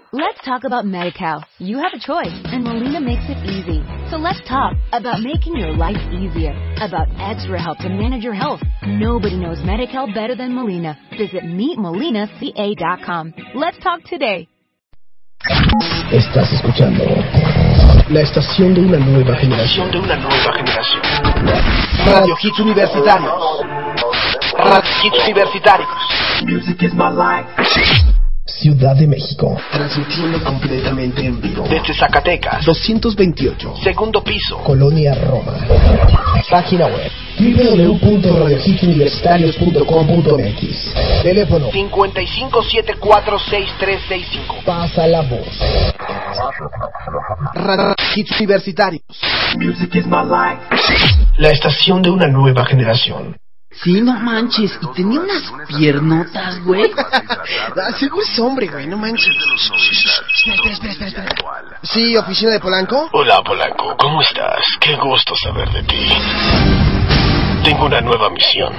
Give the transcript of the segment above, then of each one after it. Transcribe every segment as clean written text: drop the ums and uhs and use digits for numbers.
Let's talk about Medi-Cal. You have a choice, and Molina makes it easy. So let's talk about making your life easier, about extra help to manage your health. Nobody knows Medi-Cal better than Molina. Visit meetmolinaca.com. Let's talk today. Estás escuchando la estación de una nueva generación. Radio Hits Universitarios. Radio Hits Universitarios. Music is my life. Ciudad de México. Transmitiendo completamente en vivo. Desde Zacatecas. 228. Segundo piso. Colonia Roma. Página web www.radiohitsuniversitarios.com.mx. Teléfono 55746365. Pasa la voz. Radio Hits Universitarios. Music is my life. La estación de una nueva generación. Sí, no manches, y tenía unas piernotas, güey. Seguro es hombre, güey, no manches. Espera. Sí, oficina de Polanco. Hola, Polanco, ¿cómo estás? Qué gusto saber de ti. Tengo una nueva misión.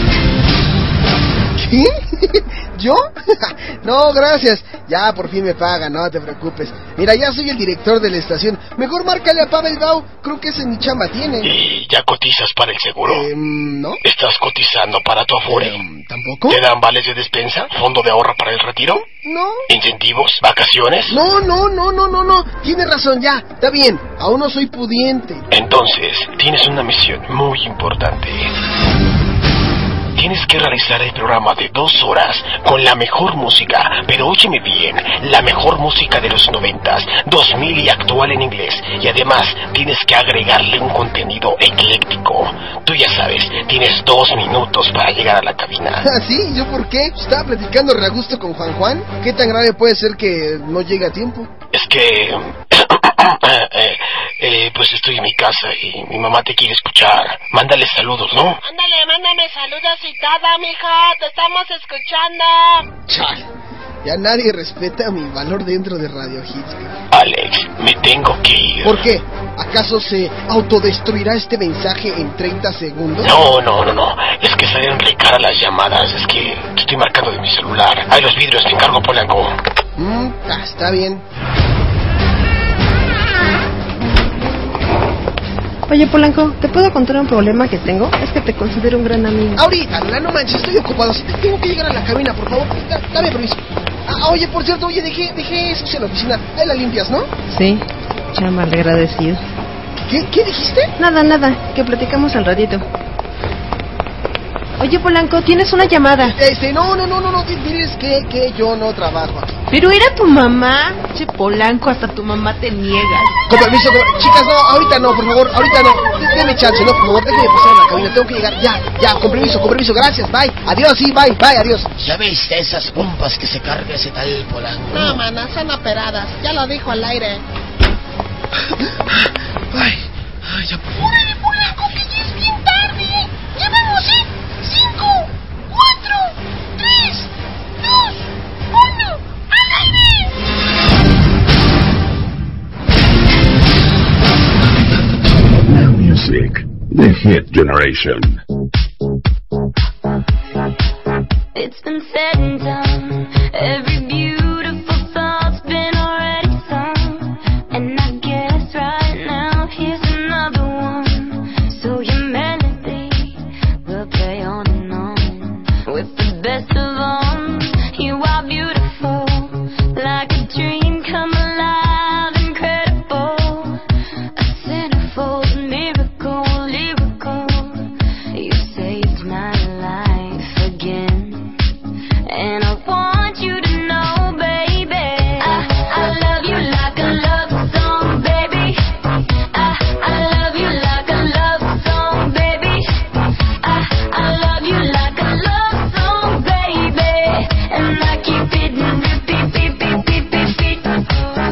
¿Qué? ¿Yo? No, gracias. Ya por fin me pagan, no te preocupes. Mira, ya soy el director de la estación. Mejor márcale a Pavel Gau. Creo que ese ni chamba tiene. ¿Y ya cotizas para el seguro? ¿No? ¿Estás cotizando para tu afore? ¿Tampoco? ¿Te dan vales de despensa? ¿Fondo de ahorro para el retiro? No. ¿Incentivos? ¿Vacaciones? No. Tienes razón, ya. Está bien. Aún no soy pudiente. Entonces, tienes una misión muy importante. Tienes que realizar el programa de 2 horas con la mejor música, pero óyeme bien, la mejor música de los 90s, 2000 y actual en inglés. Y además, tienes que agregarle un contenido ecléctico. Tú ya sabes, tienes 2 minutos para llegar a la cabina. ¿Ah, sí? ¿Yo por qué? Estaba platicando re a gusto con Juan. ¿Qué tan grave puede ser que no llegue a tiempo? Es que... pues estoy en mi casa y mi mamá te quiere escuchar. Mándale saludos, ¿no? Ándale, mándame saludos y todo, mija. Te estamos escuchando. Chale, ya nadie respeta mi valor dentro de Radio Hits. Alex, me tengo que ir. ¿Por qué? ¿Acaso se autodestruirá este mensaje en 30 segundos? No. Es que salen re cara las llamadas. Es que te estoy marcando de mi celular. Ahí los vidrios, te encargo, Polanco. Está bien. Oye, Polanco, ¿te puedo contar un problema que tengo? Es que te considero un gran amigo. Ahorita, no manches, estoy ocupado. Tengo que llegar a la cabina, por favor. Dame permiso. Oye, por cierto, dejé eso en la oficina. Ahí la limpias, ¿no? Sí, chama, le agradecido. ¿Qué dijiste? Nada, que platicamos al ratito. Oye, Polanco, tienes una llamada. No, diles que yo no trabajo aquí. Pero era tu mamá. Che, Polanco, hasta tu mamá te niegas. Con permiso, chicas, no, ahorita no, por favor, ahorita no. Deme chance, no, por favor, déjeme pasar a la cabina, tengo que llegar, ya, con permiso, gracias, bye, adiós, adiós. ¿Ya viste esas pompas que se carga ese tal Polanco? No, mana, son operadas, ya lo dijo al aire. Ay, ya. ¡Órale, Polanco, que ya es bien tarde! ¡Ya vamos, 5, 4, 3, 2, 1, ¡al aire! Now music, the hit generation. It's been said and done. Every beautiful thought's been already sung. And I guess right now here's another one. So your melody will play on and on. With the best of all, you are beautiful. Like a dream come alive, incredible. A centerfold miracle, lyrical. You saved my life again. And I want you to know, baby, I love you like a love song, baby. I love you like a love song, baby. I love you like a love song, baby. And I keep it repeat, beep, beep, beep, beep, beep.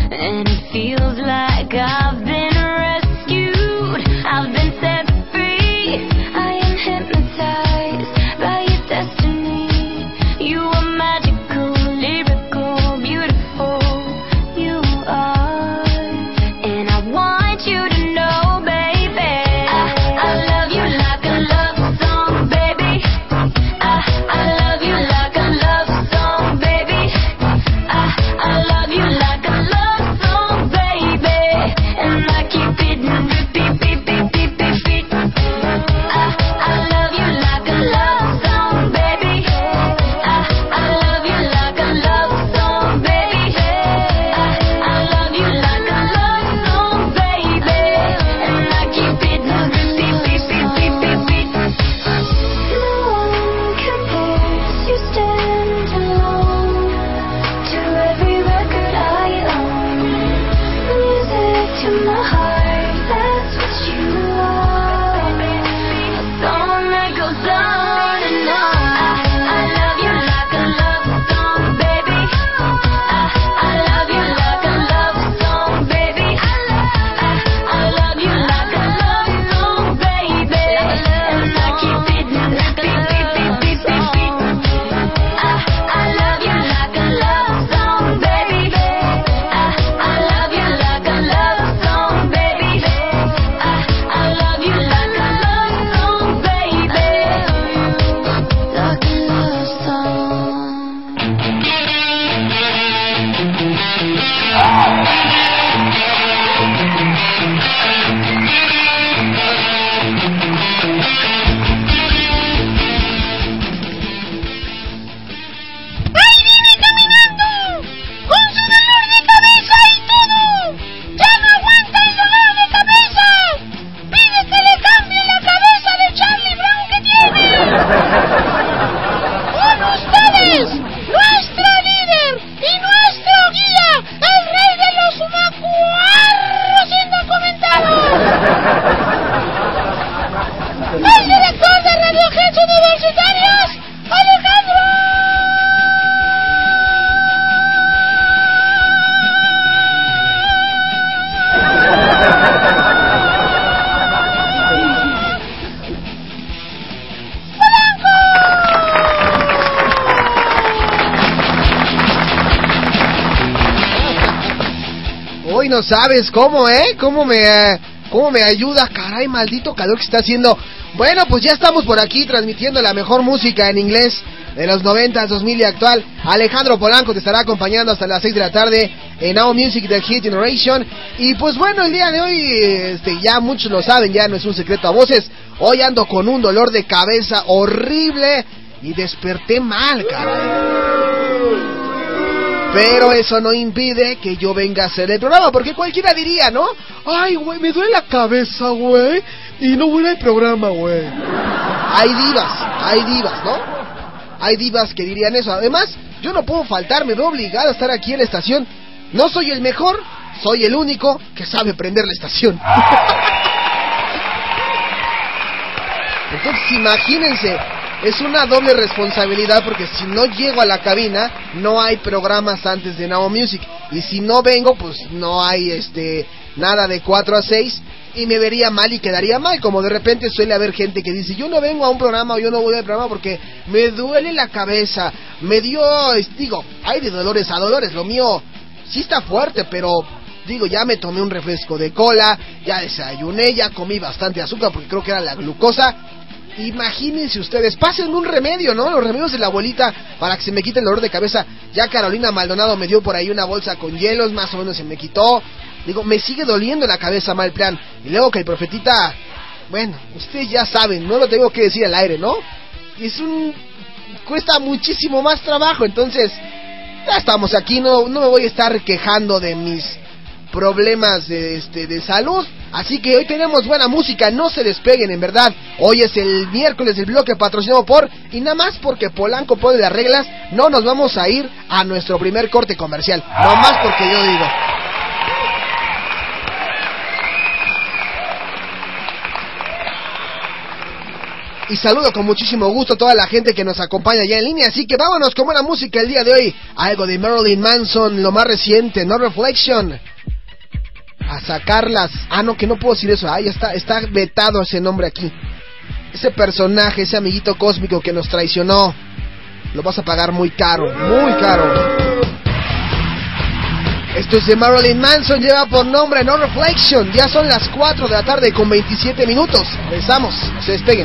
and it feels like I've been rescued. I've been set free. I am hypnotized by your destiny. You are magical, lyrical, beautiful. You are, and I want you to know, baby, I love you like a love song, baby. I love you like a love song, baby. I love you like a love song, baby. And I keep it in repeat, beat, beat, beat, beat, beat. I love you like a love song, baby. I love you like a love song, baby. I love you like a love song, baby. And I keep it in repeat, beat, beat, beat, beat, beat. No one compares, you stand alone to every record I own. Music to my heart, that's what you are. A song that goes on and on. I love you like a love song, baby. I love you like a love song, baby. I love you like a love song, baby. And I keep it in repeat, beat, beat, beat, beat, beat. I love you like a love song, baby. I love you like a love song, baby. I love you like a love song, baby. Like a love ¡Ahí viene caminando! ¡Con su dolor de cabeza y todo! ¡Ya no aguanta el dolor de cabeza! ¡Pide que le cambie la cabeza de Charlie Brown que tiene! ¡Con ustedes! ¡Nuestra líder y nuestro guía! ¡El rey de los macuarros indocumentados! ¡El director de Radio Hits Universitarias! ¡Alejandro! Hoy no sabes cómo, cómo me ayuda, caray, maldito calor que está haciendo. Bueno, pues ya estamos por aquí transmitiendo la mejor música en inglés de los 90, 2000 y actual. Alejandro Polanco te estará acompañando hasta las 6 de la tarde en Now Music The Hit Generation. Y pues bueno, el día de hoy, ya muchos lo saben, ya no es un secreto a voces. Hoy ando con un dolor de cabeza horrible y desperté mal, caray. Pero eso no impide que yo venga a hacer el programa, porque cualquiera diría, ¿no? Ay, güey, me duele la cabeza, güey, y no voy al programa, güey. Hay divas, ¿no? Hay divas que dirían eso. Además, yo no puedo faltar, me veo obligado a estar aquí en la estación. No soy el mejor, soy el único que sabe prender la estación. Entonces, imagínense, es una doble responsabilidad, porque si no llego a la cabina, no hay programas antes de Now Music. Y si no vengo, pues no hay nada de 4 a 6. Y me vería mal y quedaría mal. Como de repente suele haber gente que dice, yo no vengo a un programa o yo no voy al programa porque me duele la cabeza. Me dio, hay de dolores a dolores. Lo mío sí está fuerte, pero digo, ya me tomé un refresco de cola, ya desayuné, ya comí bastante azúcar porque creo que era la glucosa. Imagínense ustedes, pásenme un remedio, ¿no? Los remedios de la abuelita para que se me quite el dolor de cabeza. Ya Carolina Maldonado me dio por ahí una bolsa con hielos, más o menos se me quitó. Digo, me sigue doliendo la cabeza, mal plan. Y luego que el profetita, bueno, ustedes ya saben, no lo tengo que decir al aire, ¿no? Cuesta muchísimo más trabajo, entonces ya estamos aquí, no me voy a estar quejando de mis problemas de salud. Así que hoy tenemos buena música, no se despeguen, en verdad. Hoy es el miércoles del bloque patrocinado por, y nada más porque Polanco pone las reglas, no nos vamos a ir a nuestro primer corte comercial, no más porque yo digo. y saludo con muchísimo gusto a toda la gente que nos acompaña ya en línea, así que vámonos con buena música el día de hoy. Algo de Marilyn Manson, lo más reciente, No Reflection. A sacarlas. No, que no puedo decir eso. Ya está vetado ese nombre aquí. Ese personaje, ese amiguito cósmico que nos traicionó, lo vas a pagar muy caro, muy caro. Esto es de Marilyn Manson, lleva por nombre No Reflection. Ya son las 4 de la tarde con 27 minutos. Regresamos, no se despeguen.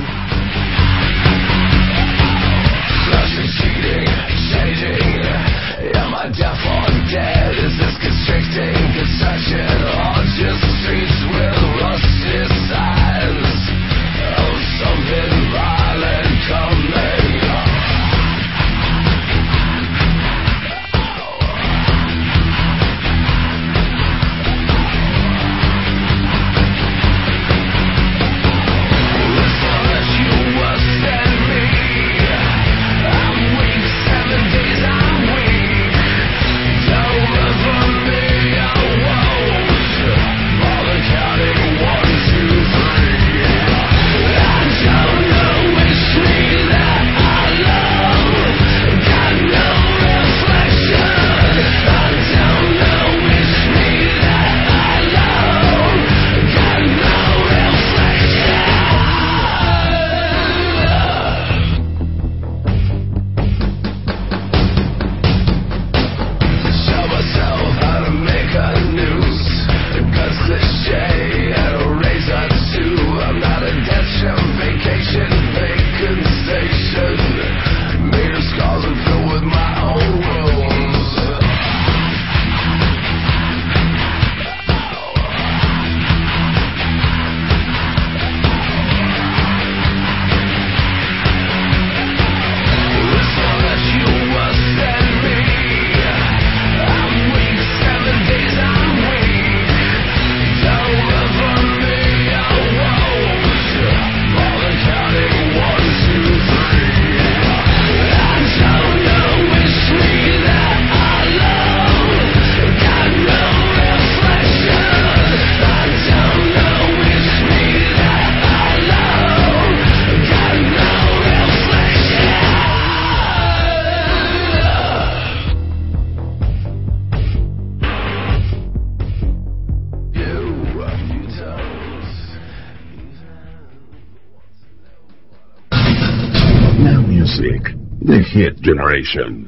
The Hit Generation.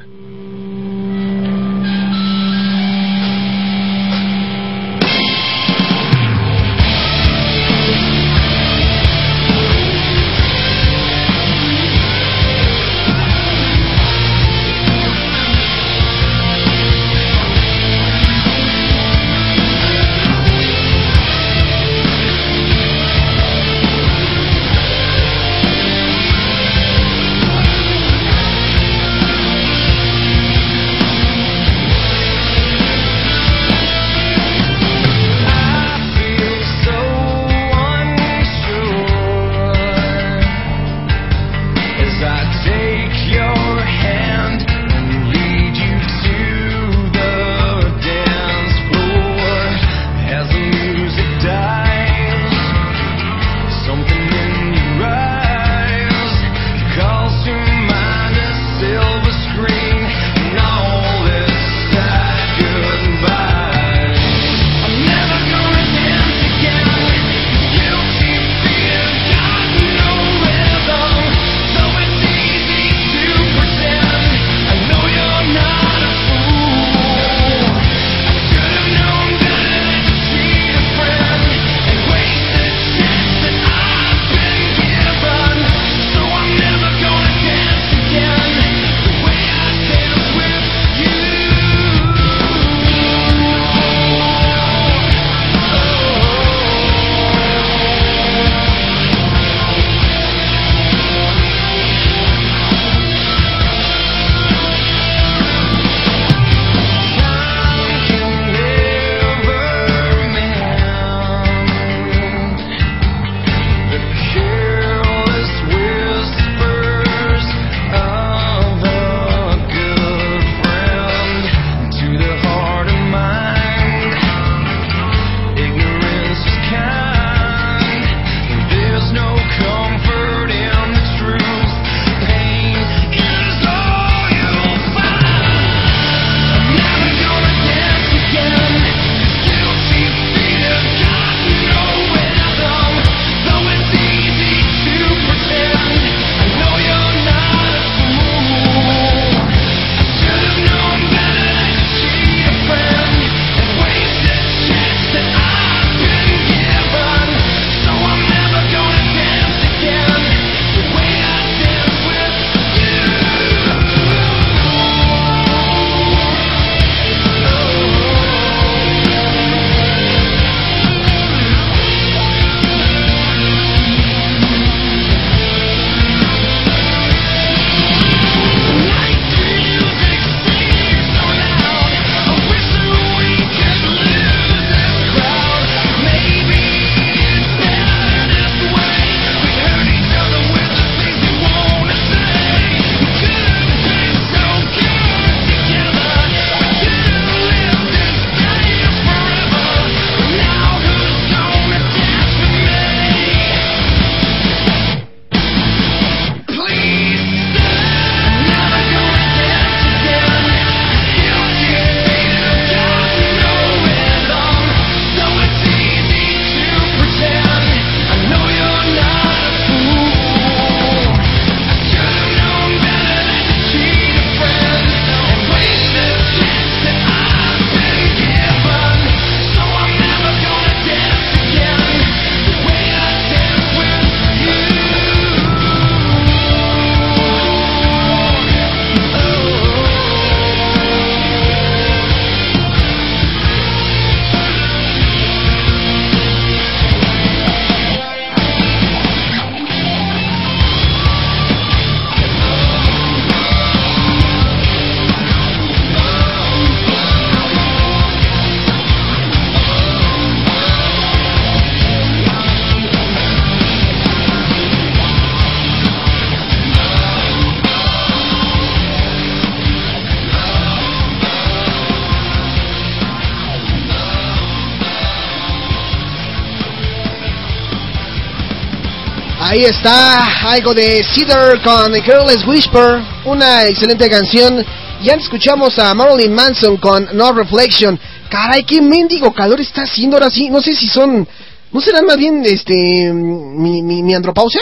Ahí está, algo de Cedar con The Careless Whisper, una excelente canción. Ya escuchamos a Marilyn Manson con No Reflection. Caray, qué mendigo calor está haciendo ahora sí. No sé si son... ¿No serán más bien, mi andropausia?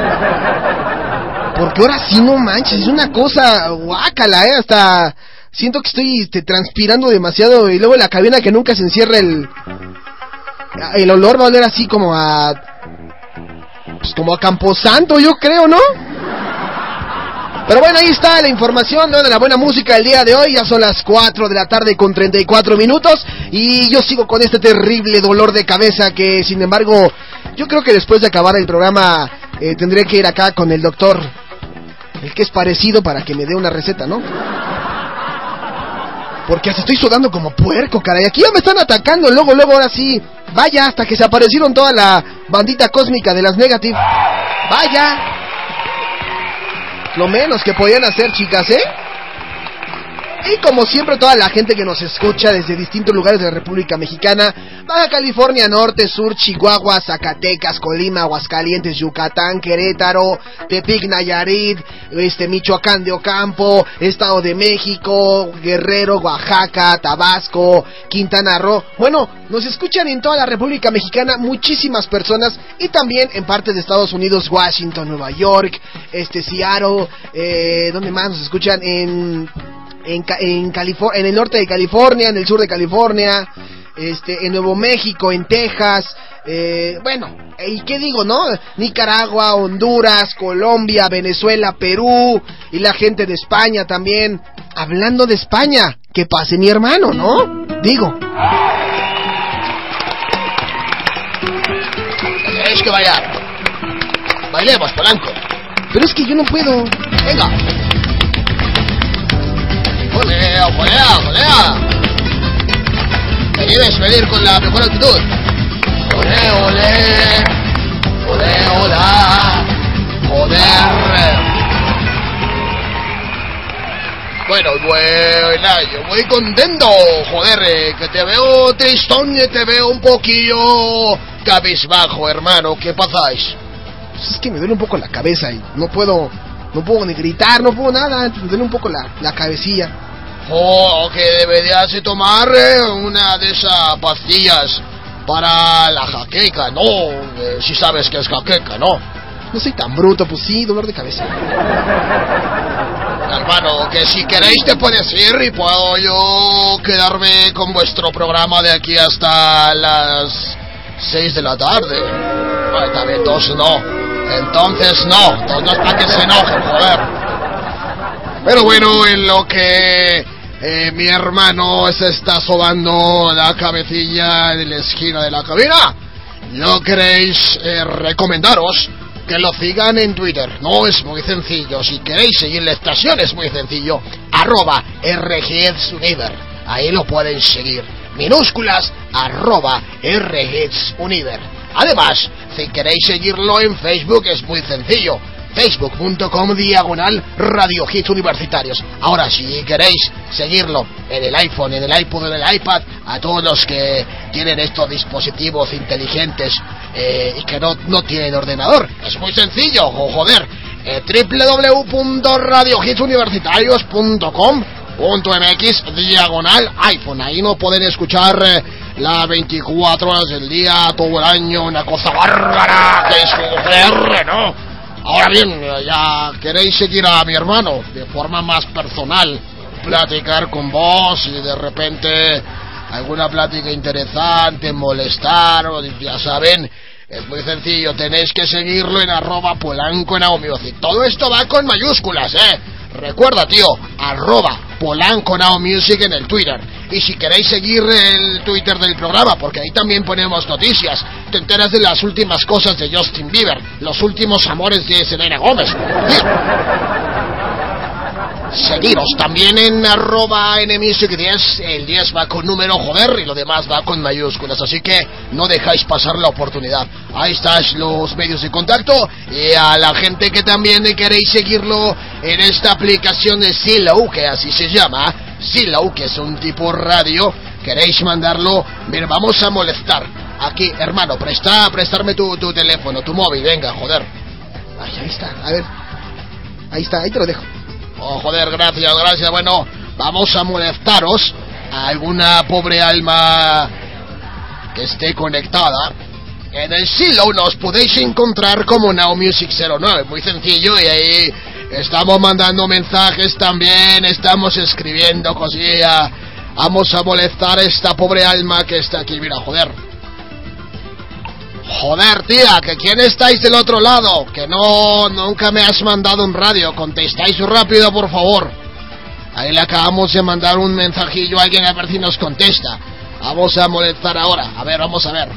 Porque ahora sí, no manches, es una cosa guácala, hasta siento que estoy transpirando demasiado. Y luego en la cabina que nunca se encierra el olor va a oler así como a... Pues como a Camposanto, yo creo, ¿no? Pero bueno, ahí está la información de la buena música del día de hoy. Ya son las 4 de la tarde con 34 minutos. Y yo sigo con este terrible dolor de cabeza que, sin embargo, yo creo que después de acabar el programa tendré que ir acá con el doctor, el que es parecido, para que me dé una receta, ¿no? Porque hasta estoy sudando como puerco, caray. Aquí ya me están atacando, luego, ahora sí. Vaya, hasta que se aparecieron toda la bandita cósmica de las Negative. Vaya. Lo menos que podían hacer, chicas, ¿eh? Y como siempre, toda la gente que nos escucha desde distintos lugares de la República Mexicana: Baja California Norte, Sur, Chihuahua, Zacatecas, Colima, Aguascalientes, Yucatán, Querétaro, Tepic, Nayarit, Michoacán de Ocampo, Estado de México, Guerrero, Oaxaca, Tabasco, Quintana Roo. Bueno, nos escuchan en toda la República Mexicana muchísimas personas, y también en partes de Estados Unidos, Washington, Nueva York, Seattle, ¿dónde más nos escuchan? En el norte de California, en el sur de California, en Nuevo México, en Texas, bueno, ¿y qué digo, no? Nicaragua, Honduras, Colombia, Venezuela, Perú, y la gente de España también. Hablando de España, que pase mi hermano, ¿no? Digo. ¿Queréis que vaya? Bailemos, Polanco. Pero es que yo no puedo. Venga. ¡Olea, olea, olea! Te debes venir con la mejor actitud. ¡Olé, olé! ¡Olé, hola! ¡Joder! Bueno, yo muy contento, joder, que te veo tristón y te veo un poquillo cabizbajo, hermano. ¿Qué pasáis? Pues es que me duele un poco la cabeza y no puedo ni gritar, no puedo nada, me duele un poco la cabecilla. Oh, que deberías de tomar una de esas pastillas para la jaqueca, ¿no? Si sabes que es jaqueca, ¿no? No soy tan bruto, pues sí, dolor de cabeza. Hermano, que si queréis te puedes ir y puedo yo quedarme con vuestro programa de aquí hasta las 6 de la tarde. Ay, también, entonces no es para que se enojen, joder. Pero bueno, en lo que mi hermano se está sobando la cabecilla en la esquina de la cabina, ¿no queréis recomendaros que lo sigan en Twitter? No, es muy sencillo. Si queréis seguir la estación es muy sencillo. @RHitsUniver. Ahí lo pueden seguir. Minúsculas, @RHitsUniver. Además, si queréis seguirlo en Facebook es muy sencillo. Facebook.com/Radio Hits Universitarios. Ahora, si queréis seguirlo en el iPhone, en el iPod, en el iPad, a todos los que tienen estos dispositivos inteligentes y que no tienen ordenador, es muy sencillo, joder. www.radiohitsuniversitarios.com.mx/iPhone. Ahí no pueden escuchar las 24 horas del día, todo el año, una cosa bárbara que es joder, ¿no? Ahora bien, ya queréis seguir a mi hermano de forma más personal, platicar con vos y de repente alguna plática interesante, molestar, o ya saben, es muy sencillo, tenéis que seguirlo en @PolancoNowMusic. Todo esto va con mayúsculas, Recuerda, tío, @PolancoNowMusic en el Twitter. Y si queréis seguir el Twitter del programa, porque ahí también ponemos noticias, te enteras de las últimas cosas de Justin Bieber, los últimos amores de Selena Gómez. Seguiros también en @NMusic10. El 10 va con número, joder, y lo demás va con mayúsculas, así que no dejáis pasar la oportunidad. Ahí están los medios de contacto. Y a la gente que también queréis seguirlo en esta aplicación de Zillow, que así se llama, Zillow, que es un tipo radio, queréis mandarlo, mira, vamos a molestar. Aquí, hermano, prestarme tu teléfono, tu móvil, venga, joder. Ay, ahí está, a ver. Ahí está, ahí te lo dejo. Oh, joder, gracias. Bueno, vamos a molestaros a alguna pobre alma que esté conectada. En el silo nos podéis encontrar como Now Music 09, muy sencillo, y ahí estamos mandando mensajes también, estamos escribiendo cosillas. Vamos a molestar a esta pobre alma que está aquí, mira, joder. Joder, tía, que quién estáis del otro lado, que nunca me has mandado un radio, contestáis rápido, por favor. Ahí le acabamos de mandar un mensajillo a alguien a ver si nos contesta. Vamos a molestar ahora, a ver, vamos a ver.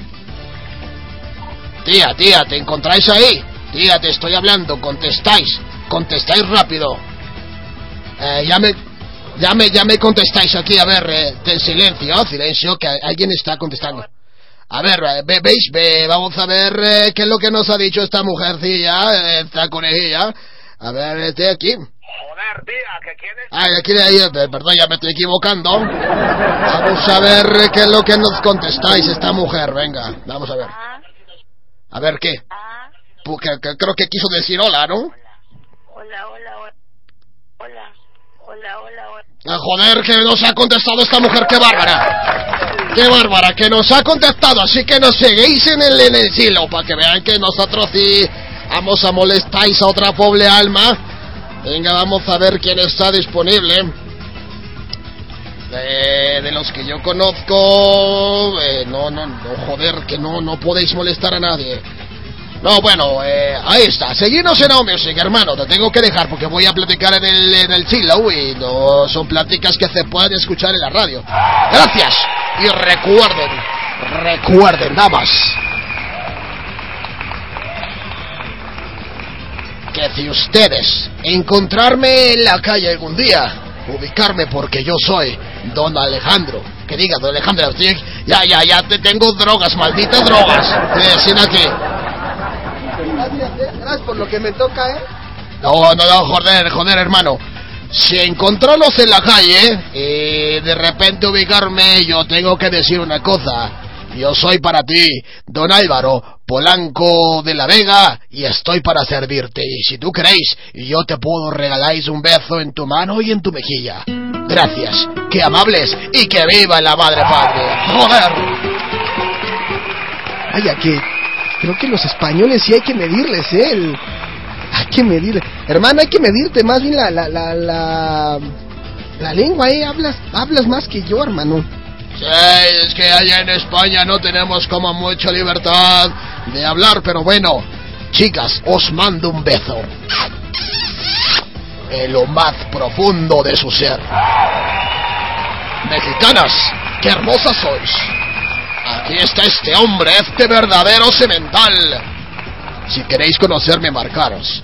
Tía, ¿te encontráis ahí? Tía, te estoy hablando, contestáis rápido. Ya me contestáis aquí, a ver, silencio, que alguien está contestando. A ver, ¿veis? Vamos a ver qué es lo que nos ha dicho esta mujercilla, esta conejilla. A ver, aquí. Joder, tía, que quieres... Aquí, perdón, ya me estoy equivocando. Vamos a ver qué es lo que nos contestáis esta mujer, venga, vamos a ver. A ver, ¿qué? Porque creo que quiso decir hola, ¿no? Hola. Joder, que nos ha contestado esta mujer, qué bárbara, que nos ha contestado, así que nos seguís en el silo, para que vean que nosotros sí vamos a molestáis a otra pobre alma. Venga, vamos a ver quién está disponible. De los que yo conozco, no, joder, que no podéis molestar a nadie. No, bueno, ahí está. Seguidnos en Now Music, hermano. Te tengo que dejar porque voy a platicar en el silo y no son pláticas que se pueden escuchar en la radio. Gracias. Y recuerden, damas, que si ustedes encontrarme en la calle algún día, ubicarme porque yo soy Don Alejandro. Que diga, Don Alejandro, ya te tengo drogas, malditas drogas. Sin aquí. Gracias por lo que me toca, No, joder, hermano. Si encontrarlos en la calle y de repente ubicarme, yo tengo que decir una cosa. Yo soy para ti, Don Álvaro Polanco de la Vega, y estoy para servirte. Y si tú queréis, yo te puedo regalar un beso en tu mano y en tu mejilla. Gracias, qué amables, y que viva la madre patria. ¡Joder! Vaya, que creo que los españoles sí hay que medirles, hay que medir. Hermano, hay que medirte más bien la lengua, hablas más que yo, hermano. Sí, es que allá en España no tenemos como mucha libertad de hablar, pero bueno, chicas, os mando un beso en lo más profundo de su ser. Mexicanas, qué hermosas sois. Aquí está este hombre, este verdadero semental. Si queréis conocerme, marcaros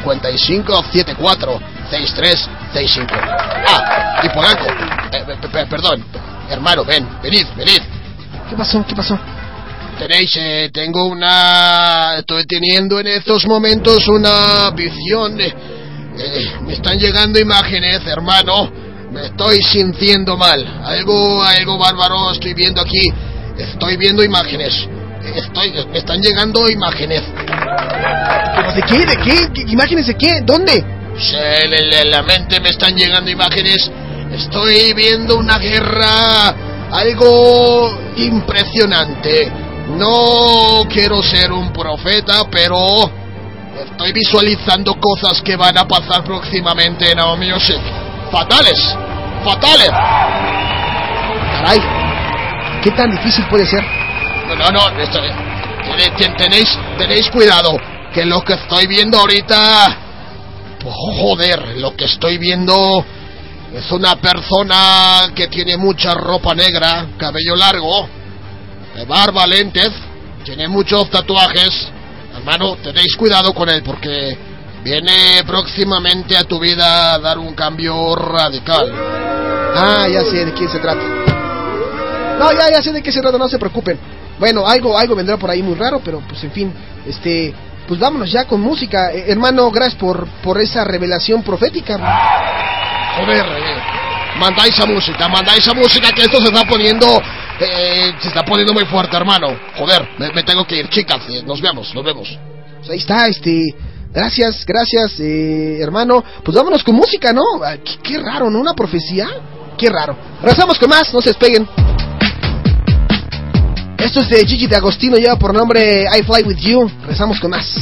55746365. Y Polanco, perdón. Hermano, venid. ¿Qué pasó? Estoy teniendo en estos momentos una visión. Me están llegando imágenes, hermano. Me estoy sintiendo mal. Algo bárbaro estoy viendo aquí. Estoy viendo imágenes. Me están llegando imágenes. ¿Pero de qué? ¿Imágenes de qué? ¿Dónde? En la mente me están llegando imágenes. Estoy viendo una guerra, algo impresionante. No quiero ser un profeta, pero estoy visualizando cosas que van a pasar próximamente en Now Music. Fatales. Caray, ¿qué tan difícil puede ser? No, tenéis cuidado, que lo que estoy viendo ahorita... Joder, lo que estoy viendo... Es una persona que tiene mucha ropa negra, cabello largo, barba, lentes, tiene muchos tatuajes. Hermano, tenéis cuidado con él porque viene próximamente a tu vida a dar un cambio radical. Ya sé de quién se trata. No, ya sé de qué se trata, no se preocupen. Bueno, algo vendrá por ahí muy raro, pero pues en fin, pues vámonos ya con música. Hermano, gracias por esa revelación profética. Joder, mandáis a música, que esto se está poniendo muy fuerte, hermano. Joder, me tengo que ir, chicas, nos vemos. Pues ahí está, Gracias, hermano. Pues vámonos con música, ¿no? Qué raro, ¿no? ¿Una profecía? Qué raro. Regresamos con más, no se despeguen. Esto es de Gigi D'Agostino, lleva por nombre I Fly With You. Regresamos con más.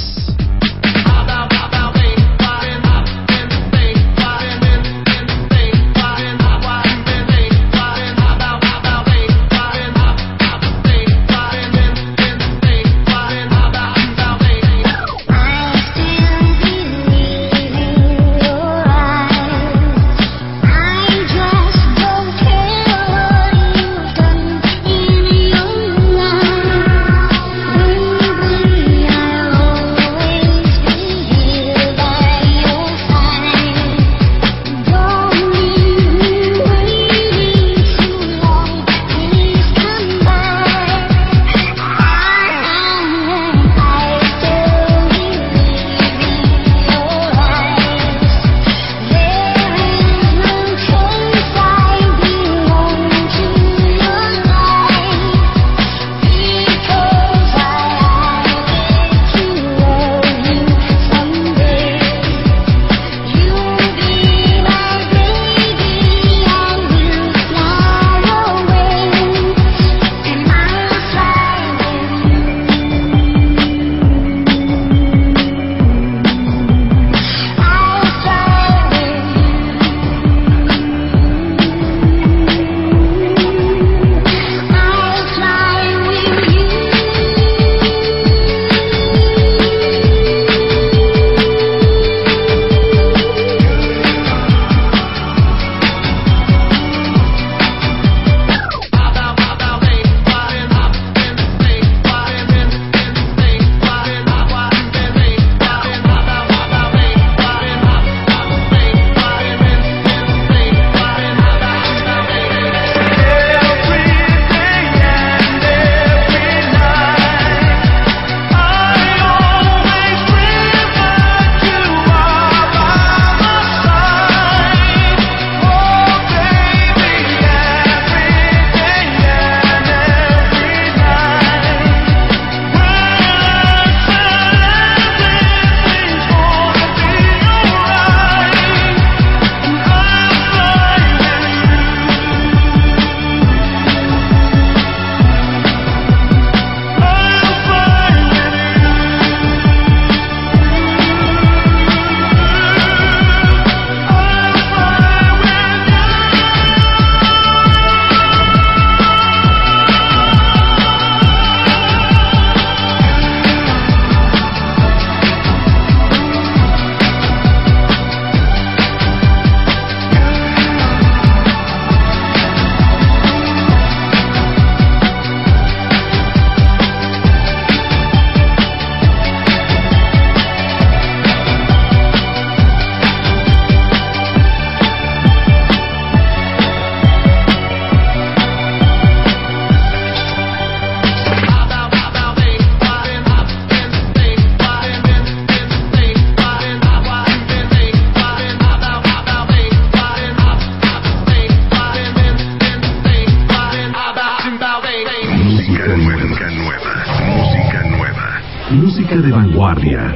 Música de vanguardia.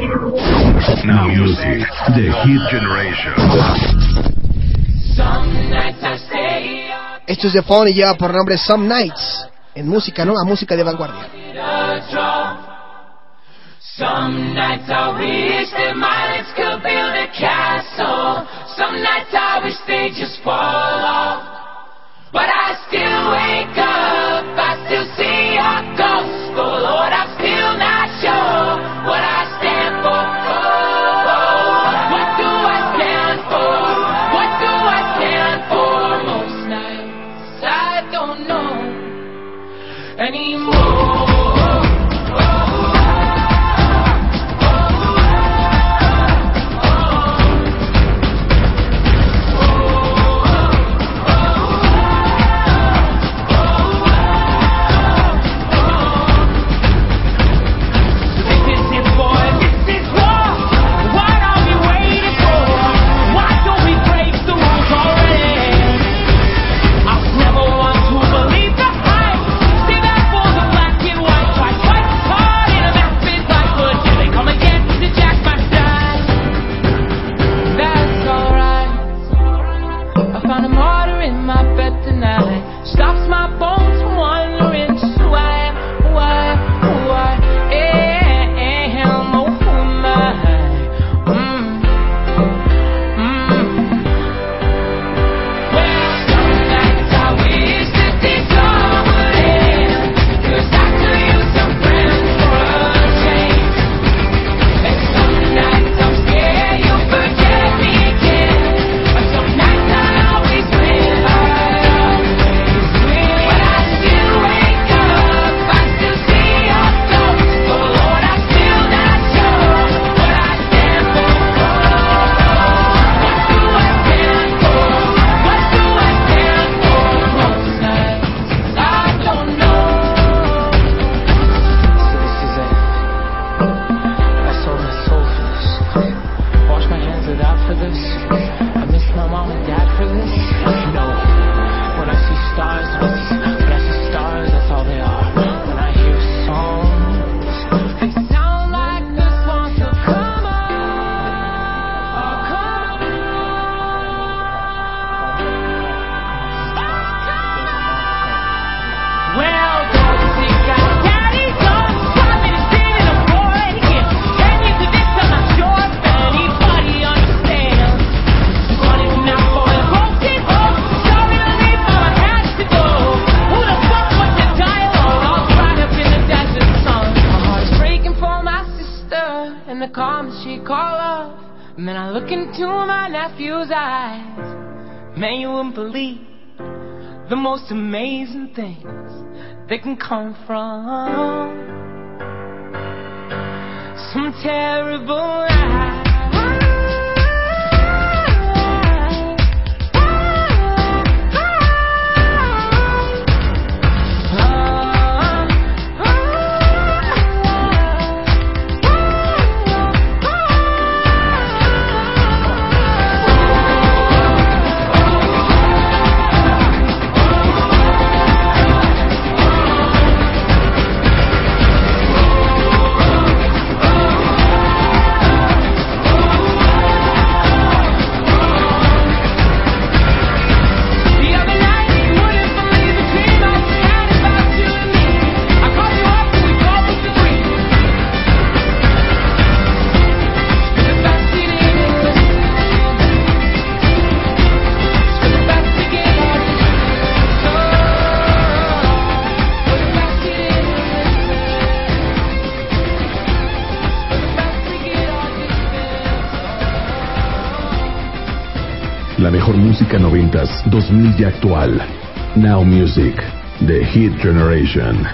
Now Music, The Hit Generation. Esto es de Phone y lleva por nombre Some Nights. En música, ¿no? A música de vanguardia. Some nights I wish that my lips could build a castle. Some nights I wish they just fall off. But I still wake up, I still see your gospel. Lord, I'm still not sure what I stand for. What do I stand for? What do I stand for? Most nights I don't know anymore. Never want to believe the hype. Stay back for the black. And then I look into my nephew's eyes. Man, you wouldn't believe the most amazing things that can come from some terrible lie. La mejor música 90s, 2000 y actual. Now Music, The Hit Generation.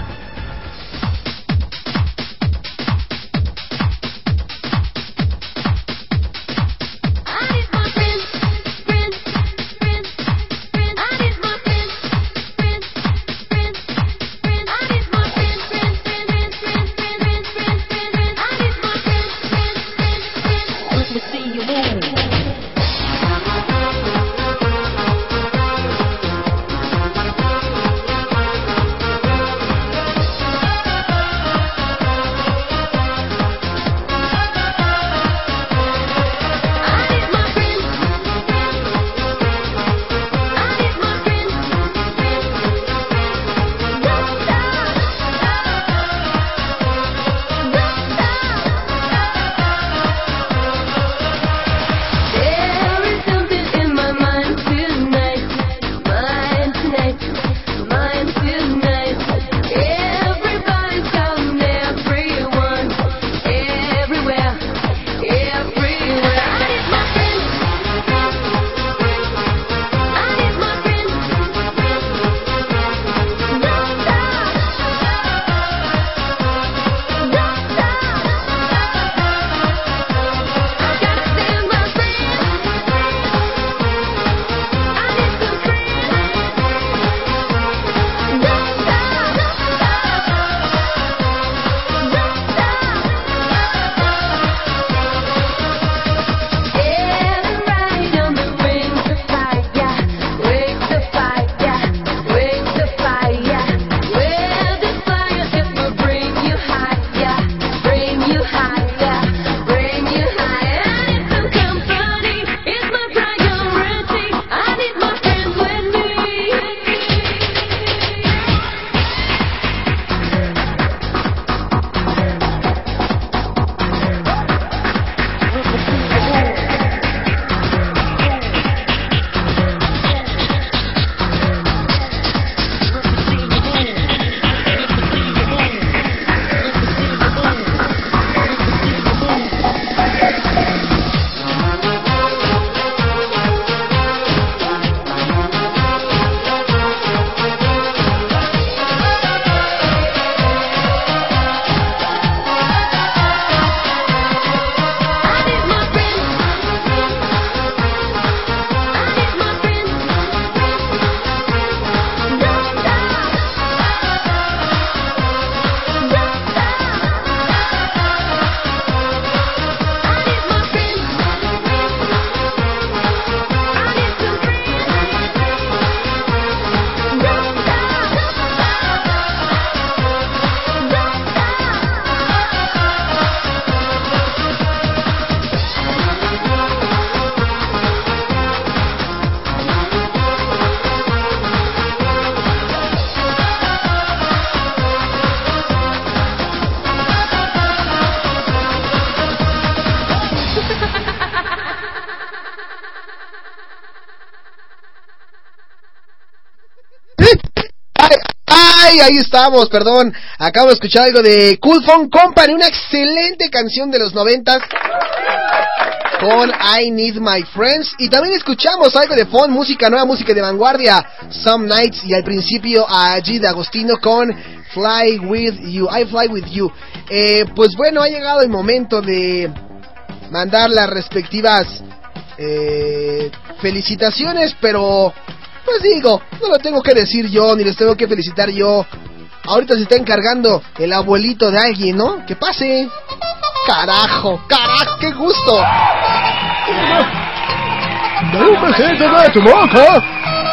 Ahí estamos, perdón. Acabo de escuchar algo de Cool Fun Company, una excelente canción de los 90s. con I Need My Friends. Y también escuchamos algo de Fon, nueva música de vanguardia, Some Nights, y al principio a G. D'Agostino con Fly With You, I Fly With You. Pues bueno, ha llegado el momento de mandar las respectivas felicitaciones, pero pues digo, no lo tengo que decir yo, ni les tengo que felicitar yo. Ahorita se está encargando el abuelito de alguien, ¿no? ¡Que pase! ¡Carajo! ¡Qué gusto! ¡No gente de tu boca!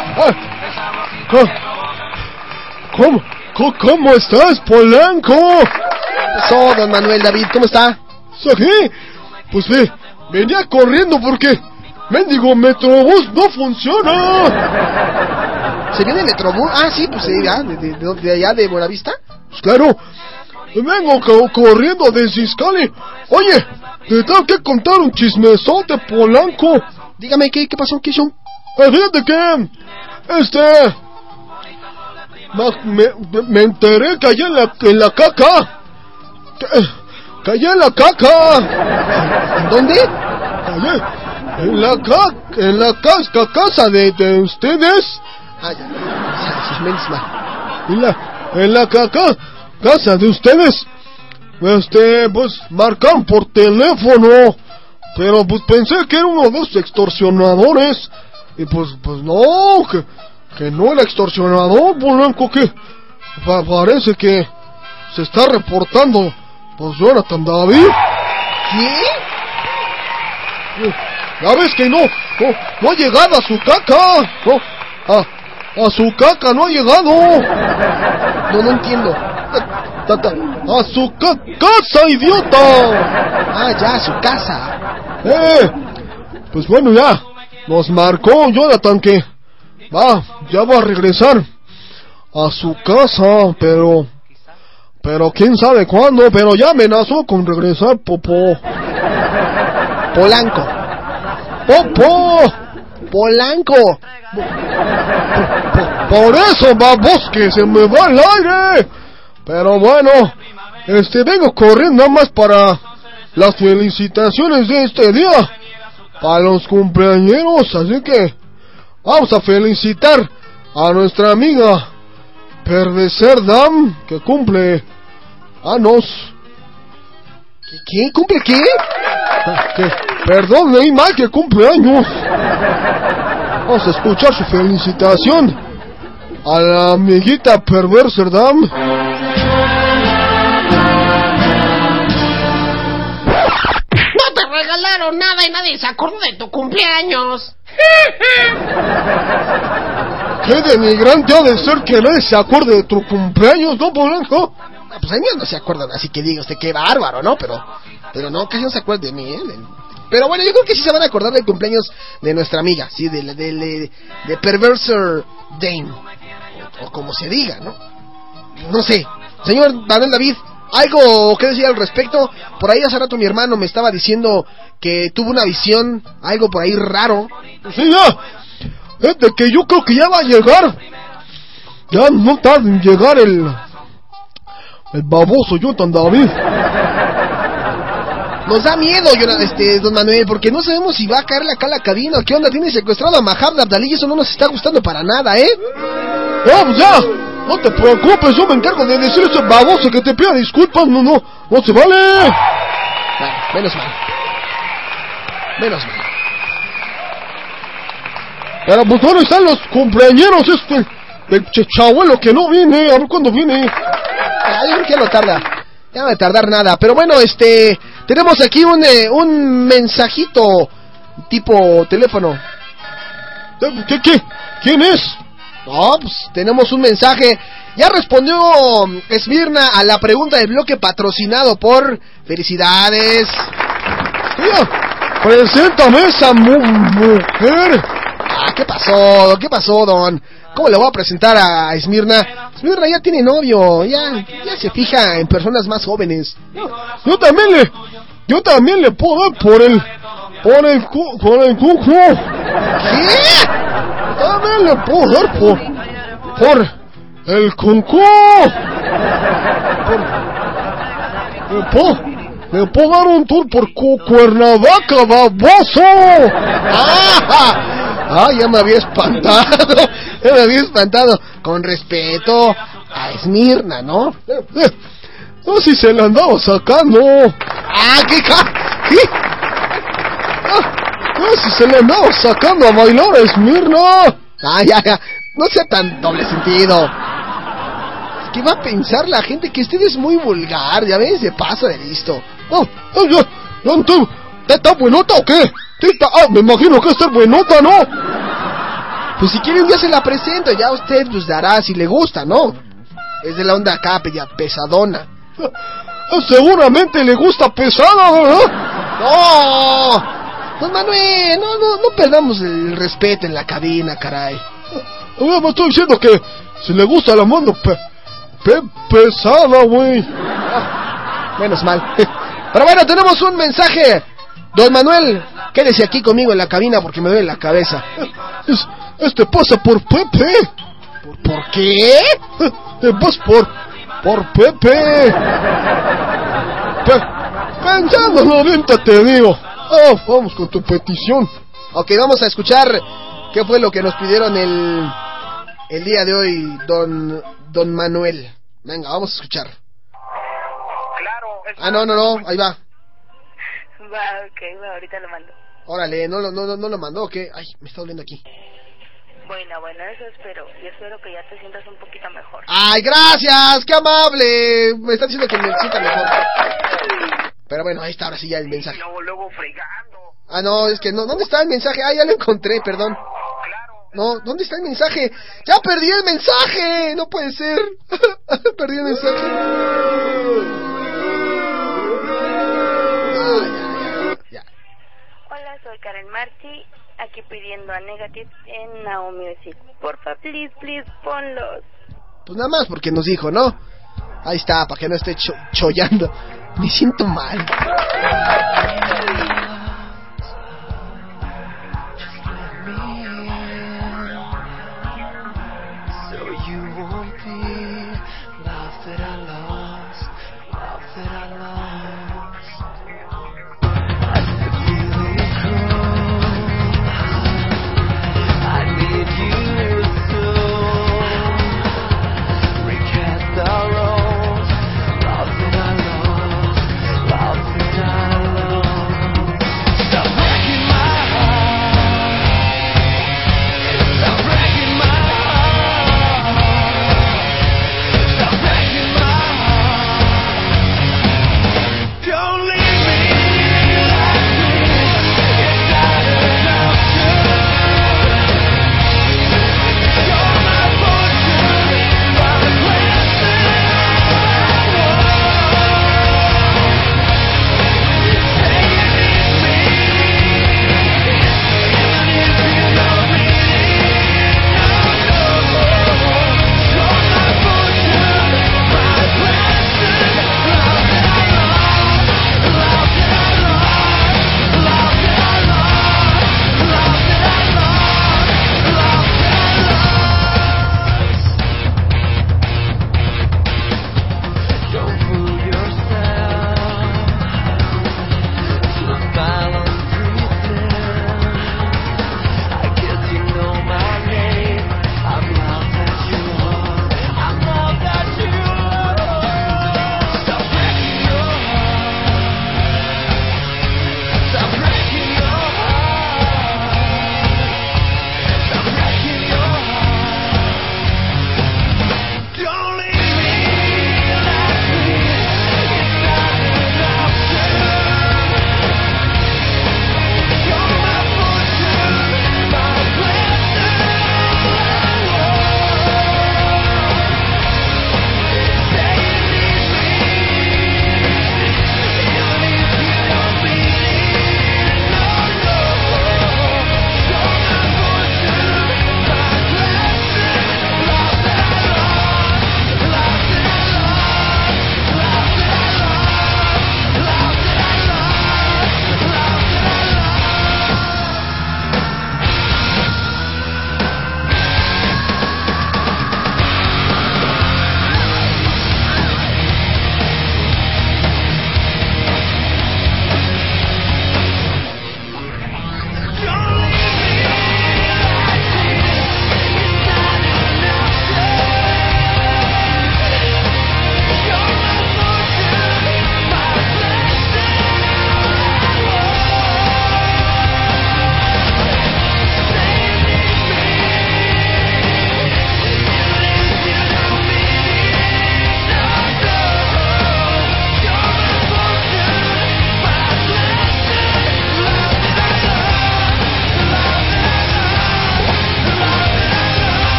¿Cómo estás, Polanco? ¿Qué pasó, don Manuel David? ¿Cómo está? ¿Sí? Pues venía corriendo porque mendigo Metrobús no funciona. ¿Se viene el Metrobús? Ah, sí, pues ya, de allá de Buenavista. Pues claro, vengo corriendo de Ciscali. Oye, te tengo que contar un chismesote, Polanco. Dígame, ¿qué pasó? ¿Qué hizo? Fíjate que, me enteré que allá en la caca. Callé en la caca. ¿En dónde? Callé en la casa de ustedes. Ah, ya. En la casa de ustedes. Pues marcaron por teléfono. Pero pues pensé que era uno de esos extorsionadores. Y pues no, que no era extorsionador, Polanco, que parece que se está reportando pues Jonathan David. ¿Qué? Ya ves que no ha llegado a su caca. No, a su caca no ha llegado. No entiendo. A su casa, idiota. Ah, ya, a su casa. Pues bueno, ya nos marcó Jonathan que ya va a regresar a su casa, pero quién sabe cuándo, pero ya amenazó con regresar, Polanco. Por eso, babos, que se me va el aire. Pero bueno, vengo corriendo nada más para las felicitaciones de este día, para los cumpleañeros, así que vamos a felicitar a nuestra amiga Perdecer Dam, que cumple años. ¿Qué? ¿Cumple qué? Perdón, leí mal, que cumple años. Vamos a escuchar su felicitación a la amiguita Perverser Dam. No te regalaron nada y nadie se acordó de tu cumpleaños. Qué denigrante ha de ser que nadie se acuerde de tu cumpleaños, ¿no, Polanco? Pues a mí no se acuerdan, así que diga usted qué bárbaro, ¿no? Pero no, casi no se acuerda de mí, ¿eh? Pero bueno, yo creo que sí se van a acordar del cumpleaños de nuestra amiga, sí, de Perverser Dame, o como se diga, ¿no? No sé, señor Manuel David, ¿algo que decir al respecto? Por ahí hace rato mi hermano me estaba diciendo que tuvo una visión, algo por ahí raro. Sí, ya, es de que yo creo que ya va a llegar. Ya no tarda en llegar el baboso Jonathan David. Nos da miedo, don Manuel, porque no sabemos si va a caerle acá a la cabina. ¿Qué onda? Tiene secuestrado a Mahab Abdali y eso no nos está gustando para nada, ¿eh? Vamos ya, no te preocupes, yo me encargo de decir a ese baboso que te pida disculpas. No se vale. Bueno, menos mal. Pero pues ¿dónde están los cumpleañeros del chabuelo que no viene? A ver cuándo viene. Ay, ¿por qué no tarda? Ya no va a tardar nada. Pero bueno, tenemos aquí un mensajito tipo teléfono. ¿Qué? ¿Quién es? No, pues tenemos un mensaje. Ya respondió Esmirna a la pregunta del bloque patrocinado por... Felicidades. Tía, preséntame esa mujer. Ah, ¿qué pasó, don? ¿Cómo le voy a presentar a Esmirna? Esmirna ya tiene novio, ya se fija en personas más jóvenes. Yo también le puedo dar por el cucu. ¿Qué? También le puedo dar por el cucu. ¿Me puedo dar un tour por Cuernavaca, baboso? ¡Ah! Ya me había espantado. Con respeto a Esmirna, ¿no? No, si se la andaba sacando. ¿Qué? No, si se la andaba sacando a bailar a Esmirna. Ya. No sea tan doble sentido. ¿Qué va a pensar la gente? Que usted es muy vulgar, ya ves, se pasa de listo. ¿Está buenota o qué? Me imagino que está buenota, ¿no? Pues si quiere un día se la presento, ya usted pues dará si le gusta, ¿no? Es de la onda acá, pesadona. Seguramente le gusta pesada, ¿verdad? ¡No! Don Manuel, no perdamos el respeto en la cabina, caray. Me estoy diciendo que si le gusta la mano pesada, güey. Menos mal. Pero bueno, tenemos un mensaje. Don Manuel, quédese aquí conmigo en la cabina porque me duele la cabeza. Este pasa por Pepe. ¿Por qué? Vas por Pepe. Pensándolo bien, te digo. Vamos con tu petición. Ok, vamos a escuchar qué fue lo que nos pidieron el día de hoy, don Manuel. Venga, vamos a escuchar. Claro. No, ahí va. Va, ahorita lo mando. Órale, no lo mandó, ¿o qué? Ay, me está doliendo aquí. Bueno, eso espero. Y espero que ya te sientas un poquito mejor. ¡Ay, gracias! ¡Qué amable! Me está diciendo que me sienta mejor. Pero bueno, ahí está, ahora sí ya el mensaje. Luego fregando. No, es que no. ¿Dónde está el mensaje? Ya lo encontré, perdón. No, ¿dónde está el mensaje? ¡Ya perdí el mensaje! ¡No puede ser! Perdí el mensaje. Ya. Hola, soy Karen Marchi, aquí pidiendo a Negative en Now Music. Porfa, please, ponlos. Pues nada más porque nos dijo, ¿no? Ahí está, para que no esté chollando. Me siento mal.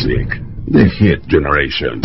Music, The Hit Generation.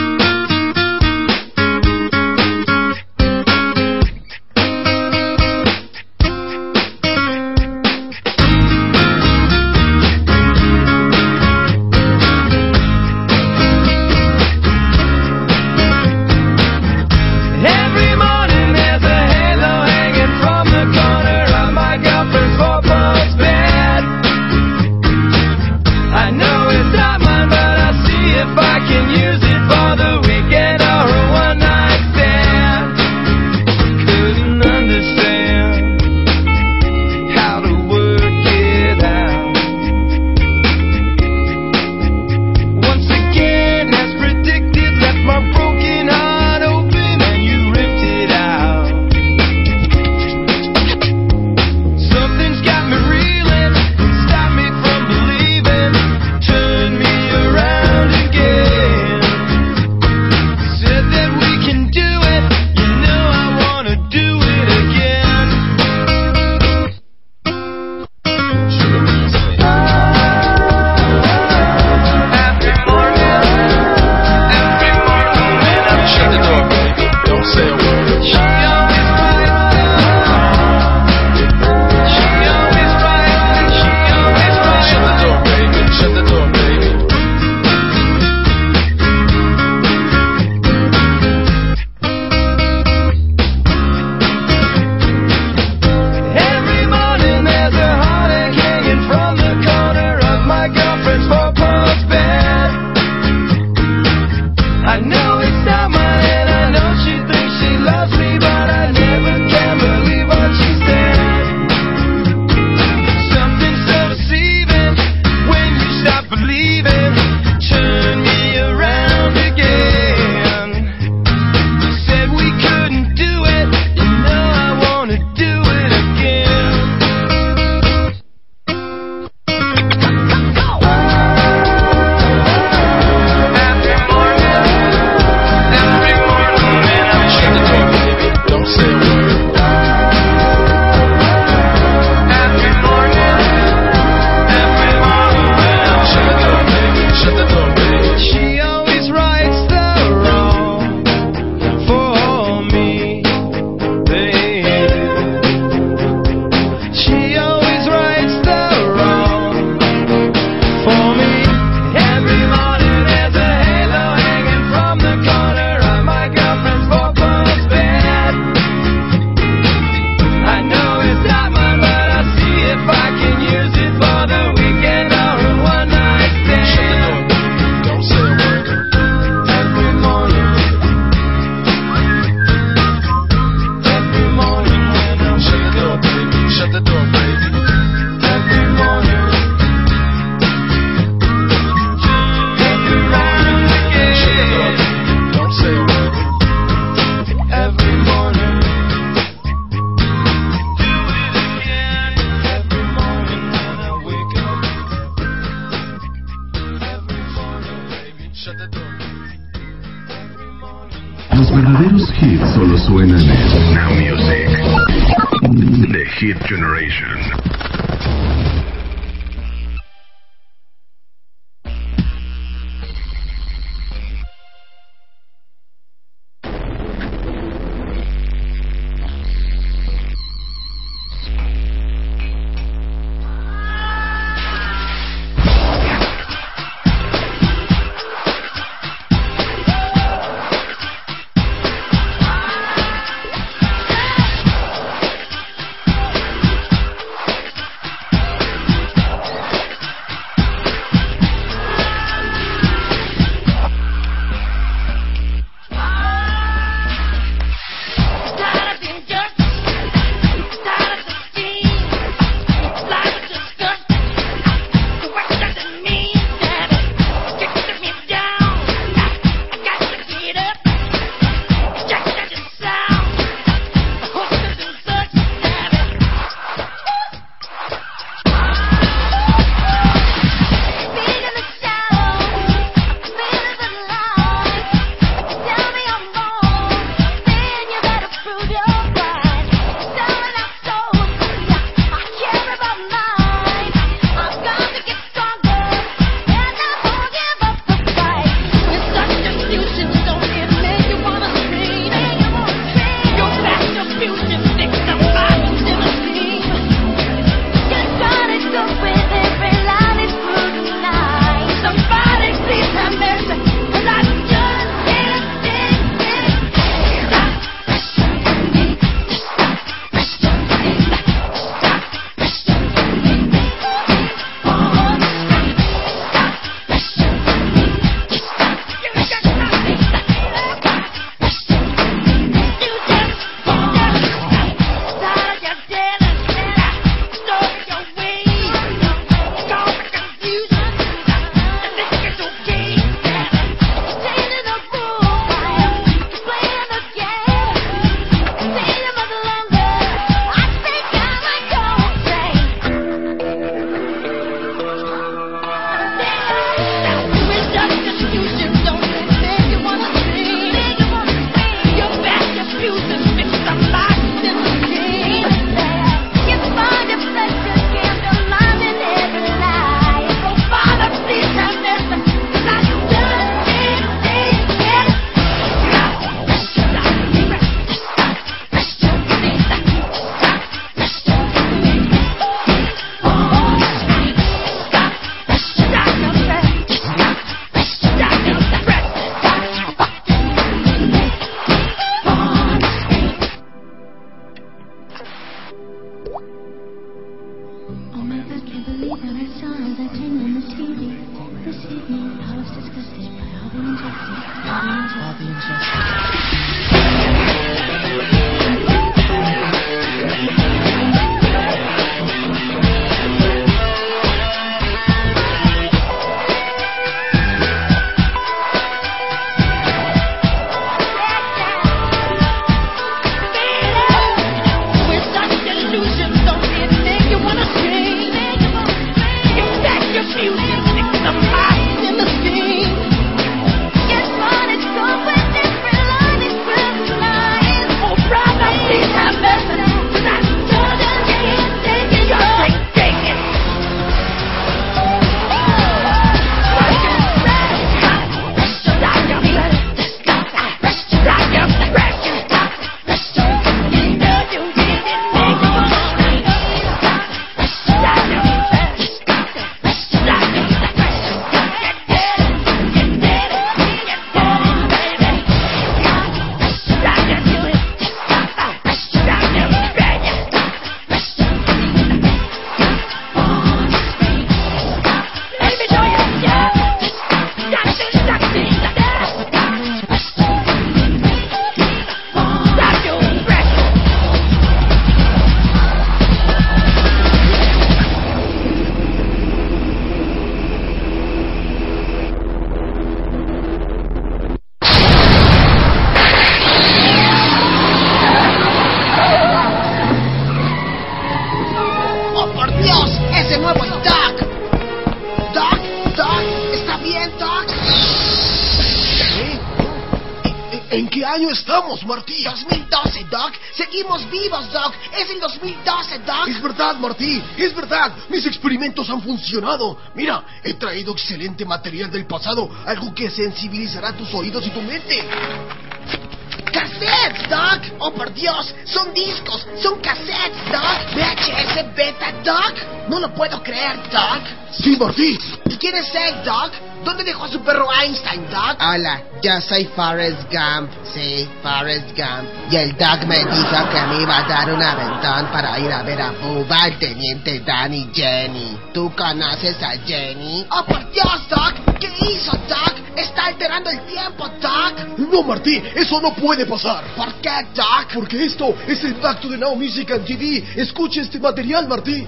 Los verdaderos hits solo suenan en Now Music, The Hit Generation. that I saw that thing on the TV this evening. I was disgusted by all the injustice. Estamos, Martí. 2012, Doc. Seguimos vivos, Doc. Es el 2012, Doc. Es verdad, Martí. Es verdad. Mis experimentos han funcionado. Mira, he traído excelente material del pasado. Algo que sensibilizará tus oídos y tu mente. ¡Cassettes, Doc! ¡Oh, por Dios! ¡Son discos! ¡Son cassettes, Doc! ¿VHS beta, Doc? No lo puedo creer, Doc. Sí, Martí. ¿Y quién es él, Doc? ¿Dónde dejó a su perro Einstein, Doc? Hola, yo soy Forrest Gump. Sí, Forrest Gump. Y el Doc me dijo que me iba a dar un aventón para ir a ver a Bubba, el teniente Dan y Jenny. ¿Tú conoces a Jenny? ¡Oh, por Dios, Doc! ¿Qué hizo, Doc? ¡Está alterando el tiempo, Doc! No, Martí, eso no puede pasar. ¿Por qué, Doc? Porque esto es el pacto de Now Music and TV. Escuche este material, Martí.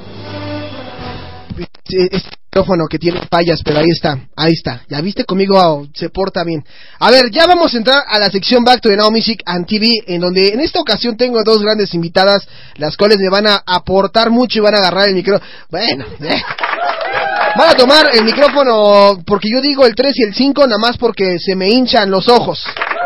Este micrófono que tiene fallas, pero ahí está. Ya viste, conmigo se porta bien. A ver, ya vamos a entrar a la sección Back to the Now Music and TV, en donde en esta ocasión tengo dos grandes invitadas, las cuales me van a aportar mucho y van a agarrar el micrófono. Bueno, van a tomar el micrófono porque yo digo el 3 y el 5, nada más porque se me hinchan los ojos.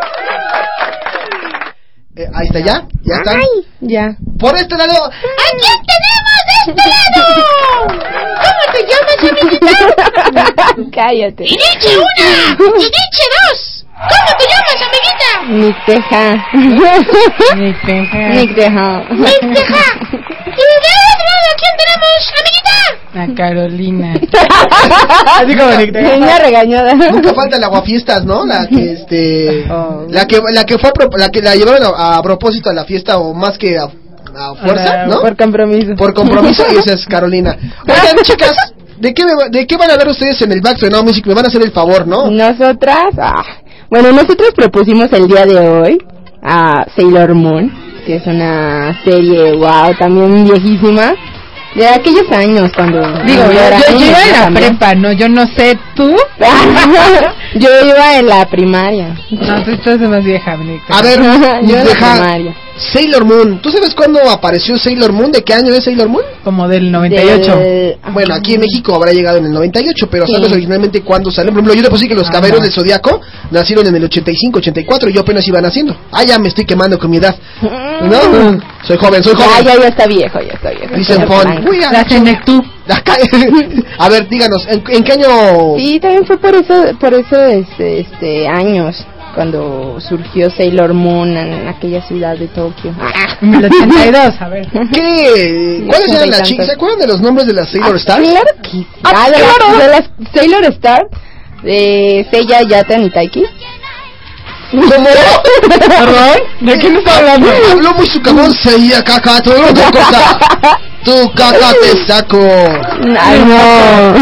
Ahí está, ¿ya? ¿Ya están? Ay, ya. Por este lado. ¿A quién tenemos de este lado? ¿Cómo te llamas, amiguita? Cállate. Y dice una, y dice dos. ¿Cómo te llamas, amiguita? Nick Teja. Nick Teja. Nick Teja. Nick Teja. ¿Y de otro lado a quién tenemos, amiguita? A Carolina. Así como Nick Teja. Una regañada. Nunca falta el aguafiestas, ¿no? La que la que la llevaron a propósito a la fiesta, o más que a fuerza, ¿no? Por compromiso. Por compromiso, y esa es Carolina. Oigan, chicas, ¿de qué van a hablar ustedes en el Back to the Now Music? Me van a hacer el favor, ¿no? Nosotros propusimos el día de hoy a Sailor Moon, que es una serie, wow, también viejísima, de aquellos años cuando... Digo, yo iba en la prepa, ¿no? Yo no sé, ¿tú? Yo iba en la primaria. No, tú estás más vieja, Nick. A ver, yo en la primaria. Sailor Moon, ¿tú sabes cuándo apareció Sailor Moon? ¿De qué año es Sailor Moon? Como del 98. Bueno, aquí en México habrá llegado en el 98, pero sí. ¿Sabes originalmente cuándo salió? Por ejemplo, yo te puse que los Caballeros del Zodiaco nacieron en el 85, 84, y yo apenas iba naciendo. Ah, ya me estoy quemando con mi edad. No, soy joven. Ya está viejo. Dicen Pon. La Senectú. A ver, díganos, ¿en qué año? Sí, también fue por eso años, cuando surgió Sailor Moon en aquella ciudad de Tokio. En el 82, a ver. ¿Qué? ¿Cuáles eran las chicas? ¿Se acuerdan de los nombres de las Sailor Stars? Claro que claro. De las Sailor Stars, de Seiya, Yaten y Taiki. ¿Cómo? ¿Perdón? ¿De qué me está hablando? Habló muy su cabón, Seiya, caca, todo otra cosa. Tu caca te saco. Ay, no.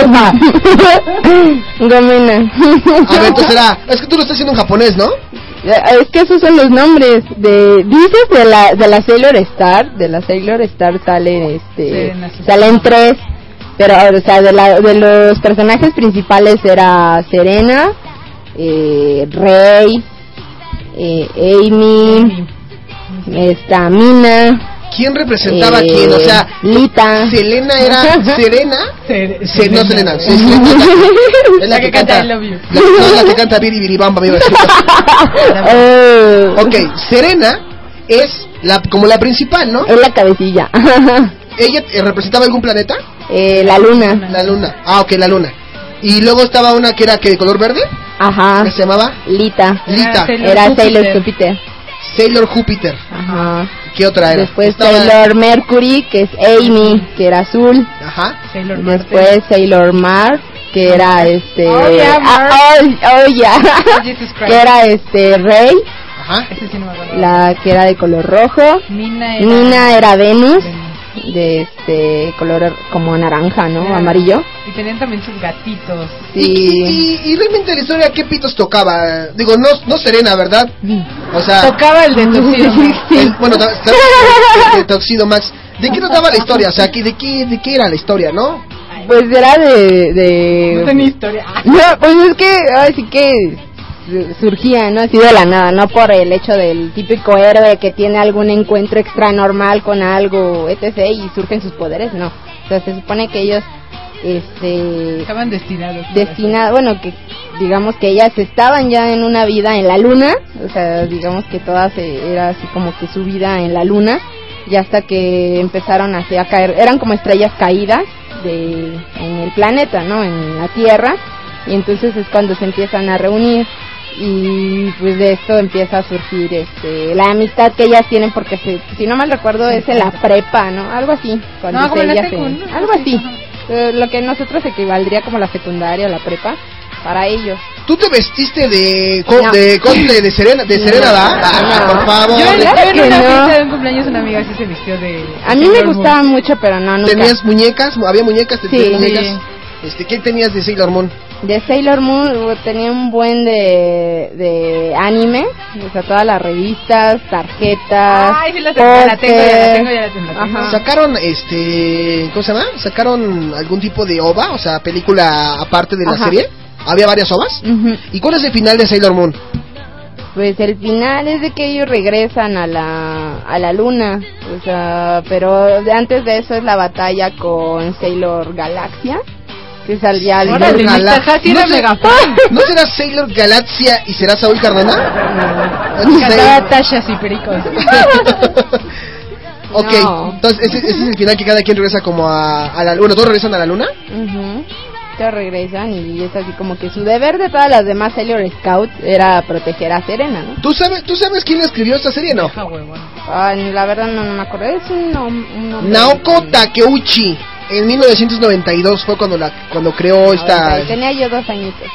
Gomena. A ver, entonces es que tú lo estás haciendo en japonés, ¿no? Es que esos son los nombres dices de la Sailor Star. De la Sailor Star salen salen 3, pero o sea de los personajes principales era Serena, Rei, Amy, Mina. ¿Quién representaba a quién? O sea, Lita. Selena era Serena. No, Selena. Es la que canta I Love You. La que canta Biri Biri Bamba. Ok, Serena es como la principal, ¿no? Es la cabecilla. ¿Ella representaba algún planeta? La luna. La luna. Ah, ok, la luna. Y luego estaba una que era de color verde. Ajá. ¿Qué se llamaba? Lita. Era Sailor Júpiter. Sailor Júpiter. Ajá. ¿Qué otra era? Después Sailor Mercury, que es Amy, que era azul. Ajá. Después Sailor Mars, que era que era Rey. Ajá. La que era de color rojo. Mina era Venus. De color como naranja, ¿no? Amarillo. Y tenían también sus gatitos. Sí. Y realmente la historia, ¿qué pitos tocaba? Digo, no Serena, ¿verdad? O sea, tocaba el de Tuxedo Max. Bueno, el de Tuxedo Max. ¿De qué trataba la historia? O sea, ¿de qué era la historia, no? Pues era de... No tenía historia. No, pues es que, así que surgía, ¿no? Así de la nada, no por el hecho del típico héroe que tiene algún encuentro extra normal con algo, etc. y surgen sus poderes, no. O sea, se supone que ellos, estaban destinados. Bueno, que digamos que ellas estaban ya en una vida en la luna, o sea, digamos que todas era así como que su vida en la luna, y hasta que empezaron así a caer, eran como estrellas caídas en el planeta, ¿no? En la Tierra, y entonces es cuando se empiezan a reunir. Y pues de esto empieza a surgir la amistad que ellas tienen, porque si no mal recuerdo es en la prepa, ¿no? Algo así. Cuando no, como ellas algo así. Lo que nosotros equivaldría como la secundaria o la prepa para ellos. ¿Tú te vestiste de Serena, ¿verdad? Por favor. Yo en una fiesta de un cumpleaños una amiga sí se vistió de... A mí me gustaban mucho, pero no, nunca. ¿Tenías muñecas? ¿Había muñecas? Sí. Muñecas? ¿Qué tenías de Sailor Moon? De Sailor Moon tenía un buen de anime, o sea, todas las revistas, tarjetas. Ay, sí, la tengo. Ajá. Sacaron, ¿cómo se llama? ¿Sacaron algún tipo de OVA? O sea, película aparte de la serie. ¿Había varias OVAs? Uh-huh. ¿Y cuál es el final de Sailor Moon? Pues el final es de que ellos regresan a la luna, o sea, pero antes de eso es la batalla con Sailor Galaxia. Que salía ¿No será Sailor Galaxia y será Saúl Cardona? Cantaba Tashas y Pericos. Ok, entonces ese es el final, que cada quien regresa como a la luna. ¿Todos regresan a la luna? Todos regresan y es así como que su deber de todas las demás Sailor Scouts era proteger a Serena, ¿no? ¿Tú sabes quién escribió esta serie, no? La verdad no me acuerdo, es un nombre. Naoko Takeuchi. En 1992 fue cuando creó esta... Tenía yo 2 añitos.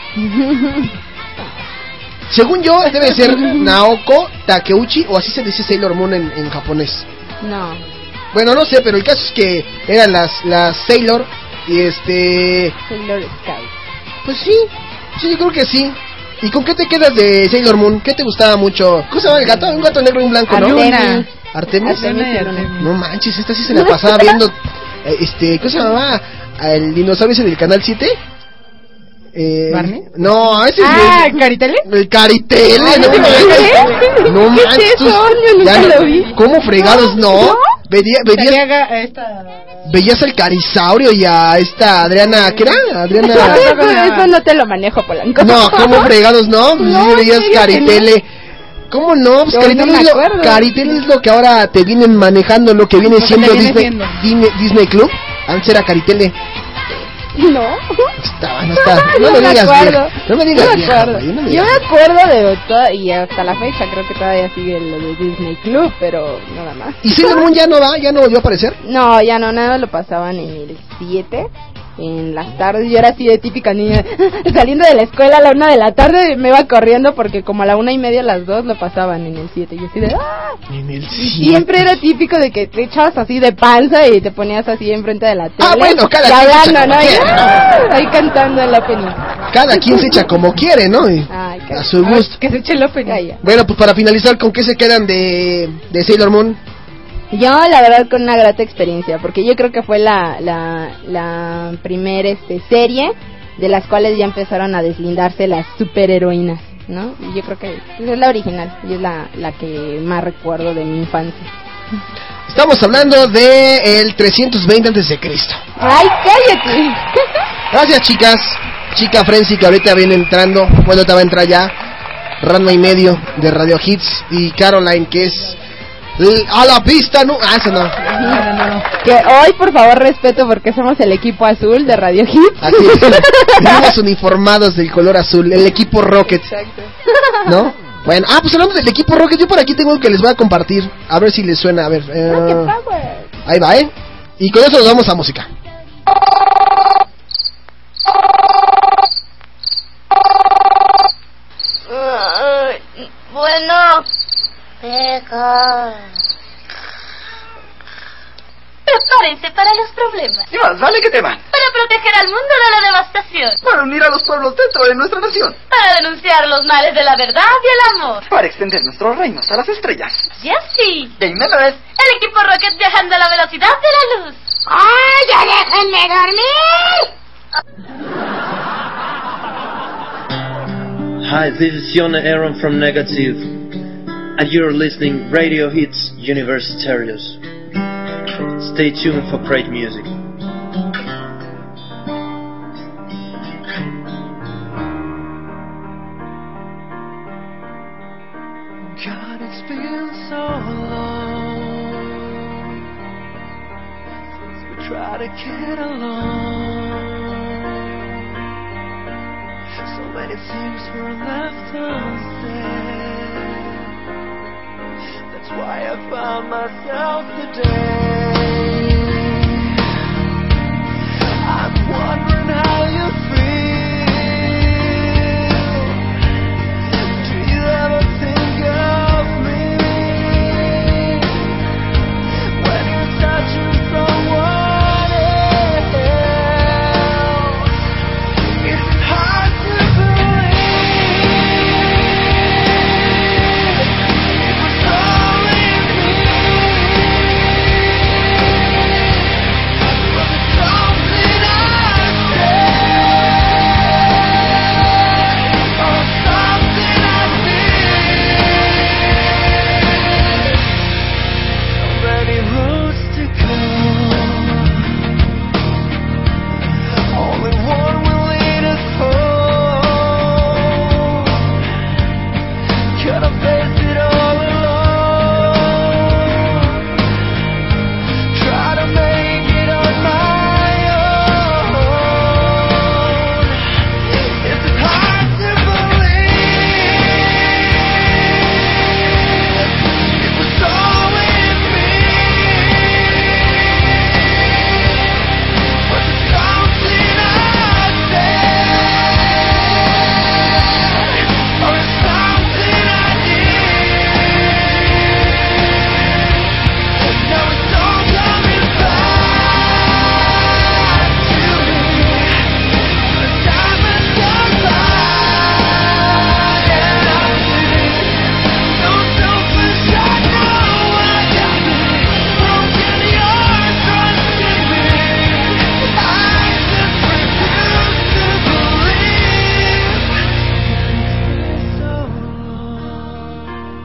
Según yo, debe ser Naoko Takeuchi, o así se dice Sailor Moon en japonés. No. Bueno, no sé, pero el caso es que eran las Sailor y Sailor Scout. Pues sí, yo creo que sí. ¿Y con qué te quedas de Sailor Moon? ¿Qué te gustaba mucho? ¿Cómo se llama el gato? Un gato negro y un blanco, ¿no? ¿Artemis? No manches, esta sí se la pasaba viendo... ¿cómo se llamaba? ¿El dinosaurio ese del canal 7? ¿Barney? No, ese es ¿Caritele? El Caritele, no manches. ¿Cómo fregados, no? Veías al Carisaurio y a esta Adriana, ¿qué era? Adriana. Eso no te lo manejo, Polanco. No, ¿cómo fregados, no? Pues sí veías Caritele. ¿Cómo no? Pues Caritele es lo que ahora te vienen manejando, lo que viene siendo Disney Club. Antes era Caritele. No. No me digas vieja. No me digas vieja. Yo me acuerdo de todo, y hasta la fecha creo que todavía sigue lo de Disney Club, pero nada más. ¿Y Sailor Moon ya no volvió a aparecer? No, ya no, nada lo pasaban en el 7. en las tardes. Yo era así de típica niña, saliendo de la escuela a la 1 de la tarde, me iba corriendo porque como a la 1:30, a las 2 lo pasaban en el 7. Y yo así de En el 7. Siempre era típico de que te echabas así de panza y te ponías así enfrente de la tele. Bueno, cada y quien hablando, se echa ¿no? como quiere, ¿no? Ahí cantando el opening. Cada quien se echa como quiere, ¿no? A su gusto. Que se eche el opening. Bueno, pues para finalizar, ¿con qué se quedan de Sailor Moon? Yo, la verdad, con una grata experiencia, porque yo creo que fue la primer serie de las cuales ya empezaron a deslindarse las superheroínas, ¿no? Y yo creo que es la original y es la que más recuerdo de mi infancia. Estamos hablando de el 320 a.C. ¡Ay, cállate! Gracias, chicas. Chica Frenzy, que ahorita viene entrando. Bueno, te va a entrar ya. Ranma y medio de Radio Hits. Y Caroline, que es a la pista, ¿no? Eso no. No. Que hoy, por favor, respeto porque somos el equipo azul de Radio Hits. Así es. Estamos uniformados del color azul. El equipo Rocket. Exacto. ¿No? Bueno, pues hablando del equipo Rocket, yo por aquí tengo que les voy a compartir. A ver si les suena. A ver. Ahí va, ¿eh? Y con eso nos vamos a música. Bueno. Prepárense para los problemas. ¿Qué más? ¿Vale? ¿Qué teman? Para proteger al mundo de la devastación. Para unir a los pueblos dentro de nuestra nación. Para denunciar los males de la verdad y el amor. Para extender nuestros reinos a las estrellas. Ya sí. Game Members. El equipo Rocket viajando a la velocidad de la luz. ¡Ay, ya déjenme dormir! Hi, this is Jon Aaron from Negative, and you're listening Radio Hits Universe Stereos. Stay tuned for great music. God, it's been so long since we tried to get along. So many things were left unsaid. That's why I found myself today. I'm wondering how you feel. Do you ever think of me when you're touching someone else? Is it hard to believe it was only me? Was it something I said or something I did? So many roads to go. Only one will lead us home. Could I face it all alone? Try to make it on my own. Is it hard to believe it was always me? Was it something I said or something I did? Now it's all coming back to me. The time has gone by and I'm living so selfish. I know I got me broken. You're trusting me. I just refuse to believe. It's been so long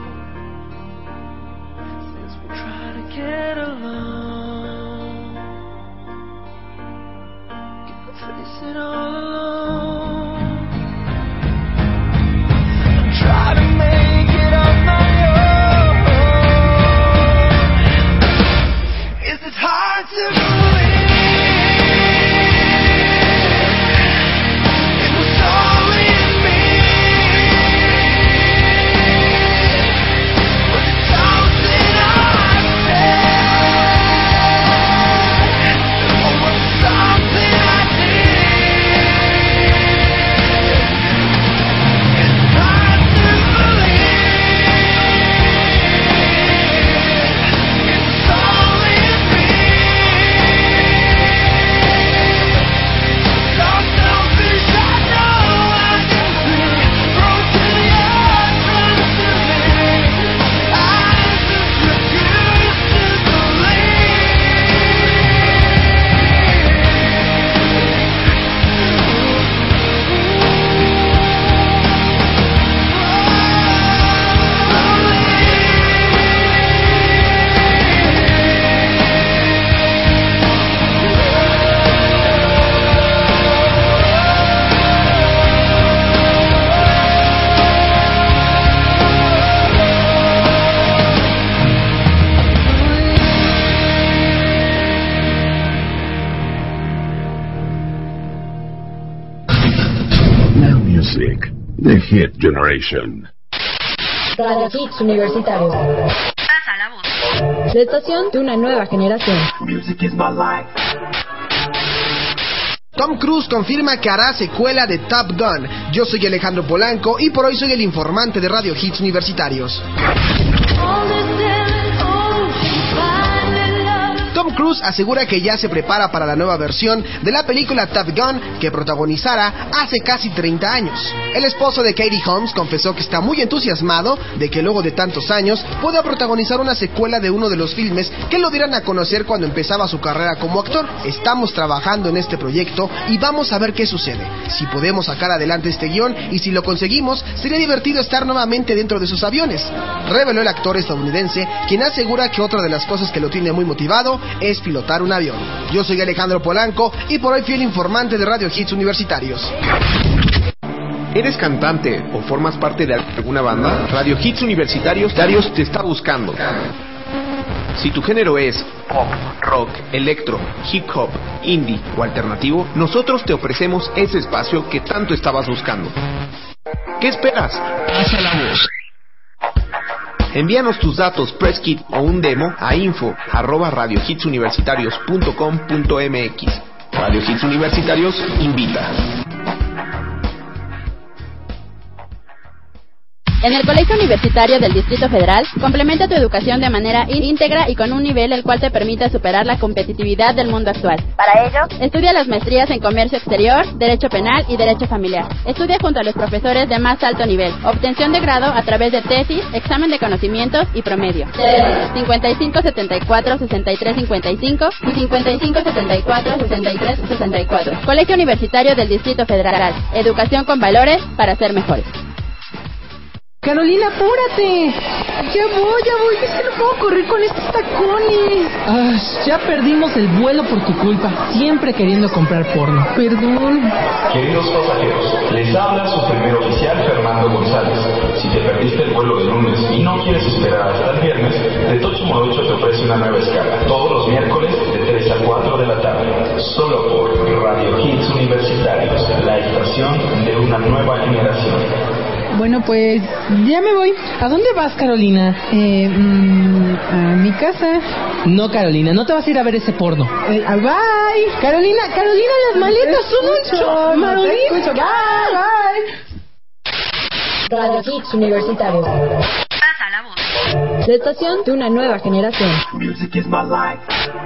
since we tried to get along. Face it all alone. Try to make it on my own. Is it hard to believe it was only me? Was it something I said or was it something I did? Music, The Hit Generation. Radio Hits Universitarios. Pasa la voz. La estación de una nueva generación. Music is my life. Tom Cruise confirma que hará secuela de Top Gun. Yo soy Alejandro Polanco y por hoy soy el informante de Radio Hits Universitarios. Tom Cruise asegura que ya se prepara para la nueva versión de la película Top Gun que protagonizara hace casi 30 años. El esposo de Katie Holmes confesó que está muy entusiasmado de que luego de tantos años pueda protagonizar una secuela de uno de los filmes que lo dieran a conocer cuando empezaba su carrera como actor. Estamos trabajando en este proyecto y vamos a ver qué sucede. Si podemos sacar adelante este guión y si lo conseguimos, sería divertido estar nuevamente dentro de sus aviones, reveló el actor estadounidense, quien asegura que otra de las cosas que lo tiene muy motivado es pilotar un avión. Yo soy Alejandro Polanco y por hoy fui el informante de Radio Hits Universitarios. ¿Eres cantante o formas parte de alguna banda? Radio Hits Universitarios te está buscando. Si tu género es pop, rock, electro, hip hop, indie o alternativo, nosotros te ofrecemos ese espacio que tanto estabas buscando. ¿Qué esperas? Pasa la voz. Envíanos tus datos, press kit o un demo a info@radiohitsuniversitarios.com.mx. Radio Hits Universitarios invita. En el Colegio Universitario del Distrito Federal, complementa tu educación de manera íntegra y con un nivel el cual te permita superar la competitividad del mundo actual. Para ello, estudia las maestrías en Comercio Exterior, Derecho Penal y Derecho Familiar. Estudia junto a los profesores de más alto nivel. Obtención de grado a través de tesis, examen de conocimientos y promedio. 5574-6355 y 5574-6364. Colegio Universitario del Distrito Federal. Educación con valores para ser mejores. Carolina, apúrate. Ya voy, es que no puedo correr con estos tacones. Ya perdimos el vuelo por tu culpa, siempre queriendo comprar porno. Perdón. Queridos pasajeros, les habla su primer oficial Fernando González. Si te perdiste el vuelo del lunes y no quieres esperar hasta el viernes, de Tocho Morocho te ofrece una nueva escala, todos los miércoles de 3 a 4 de la tarde, solo por Radio Hits Universitarios, la estación de una nueva generación. Bueno, pues ya me voy. ¿A dónde vas, Carolina? A mi casa. No, Carolina, no te vas a ir a ver ese porno. Bye. Carolina, las maletas son un chorro. Bye. Radio Hits Universitarios. Pasa la voz. La estación de una nueva generación. Music is my life.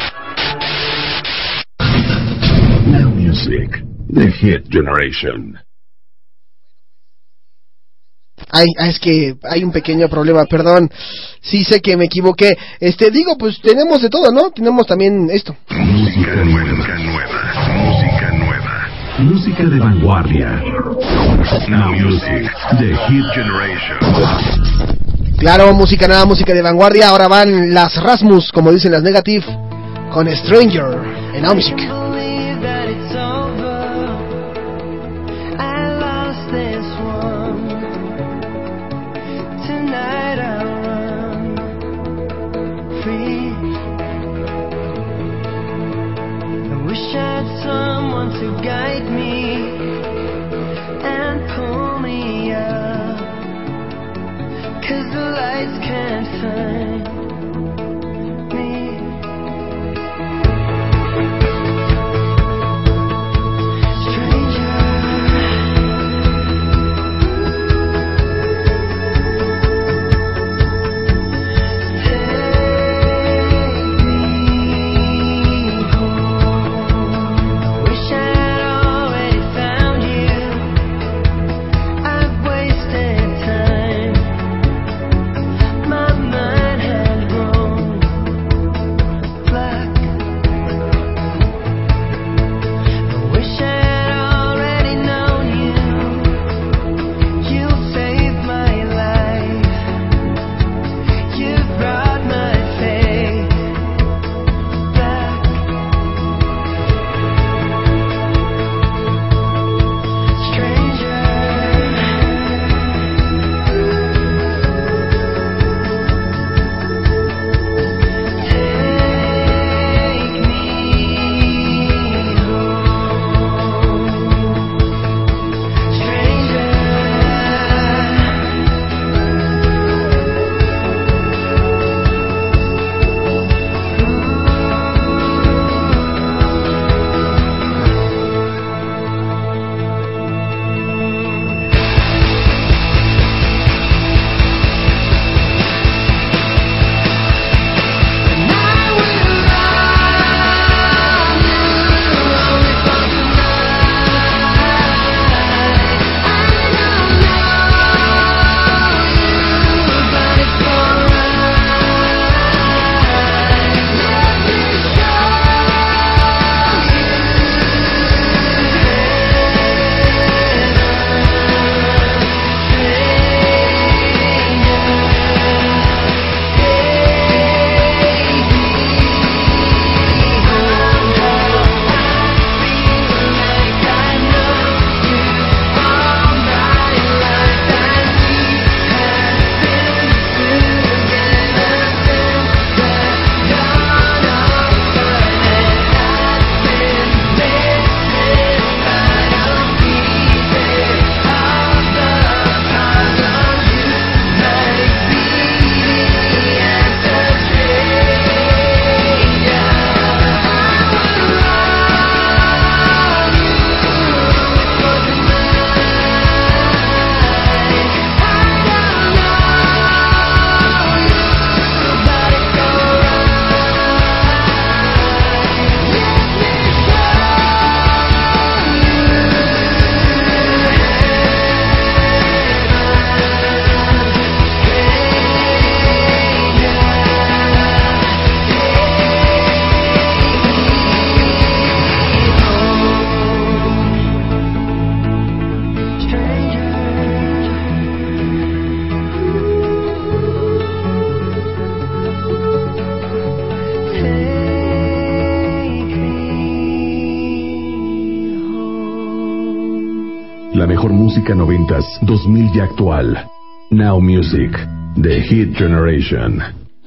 Now Music, The Hit Generation. Es que hay un pequeño problema, perdón. Sí sé que me equivoqué. Pues tenemos de todo, ¿no? Tenemos también esto. Música nueva. Música de vanguardia. Now Music, The Hit Generation. Claro, música nueva, música de vanguardia. Ahora van las Rasmus, como dicen las Negative, con Stranger en Now Music. Someone to guide me and pull me up, 'cause the lights can't find me. Mind La mejor música 90s, 2000 y actual. Now Music, The Hit Generation.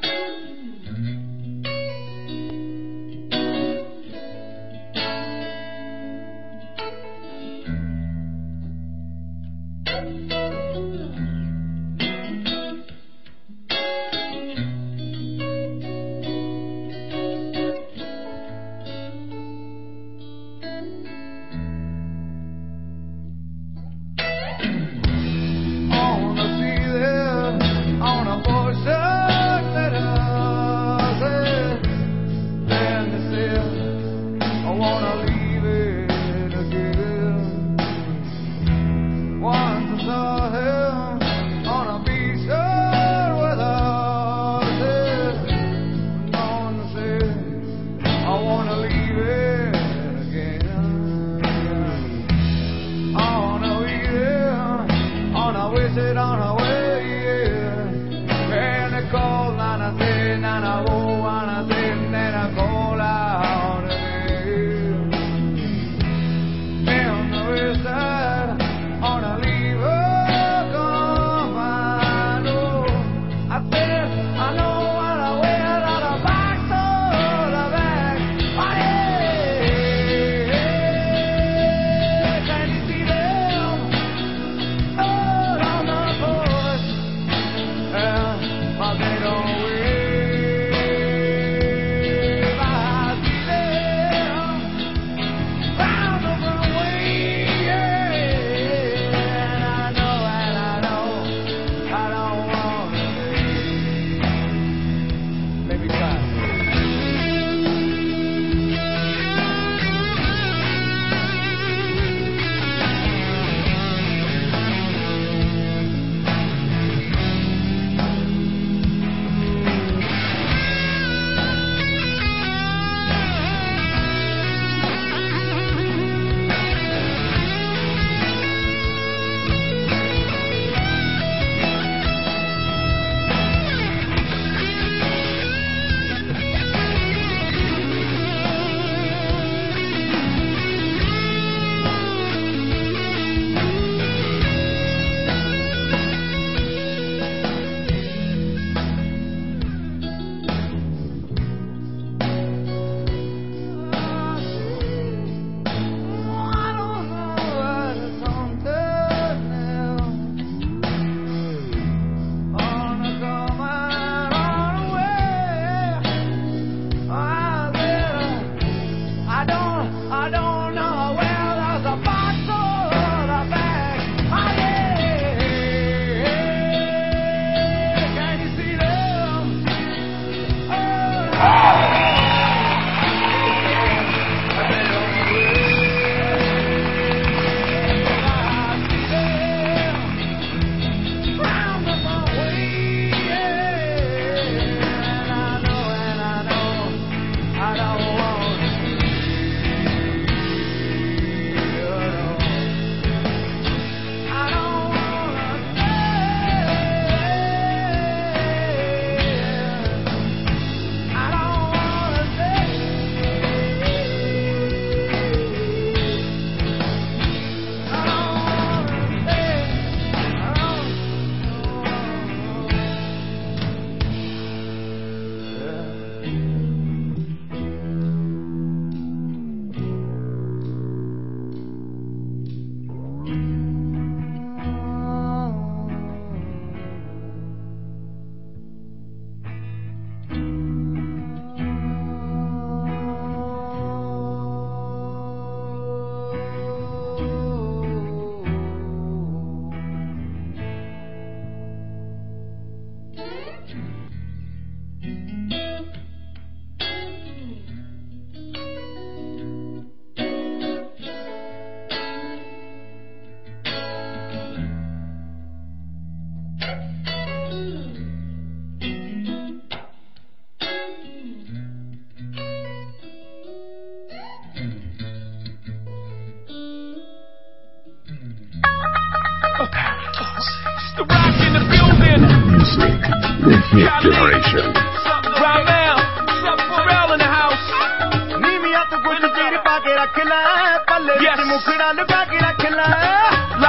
Hit Generation. Right now, Pharrell in the house. Yes.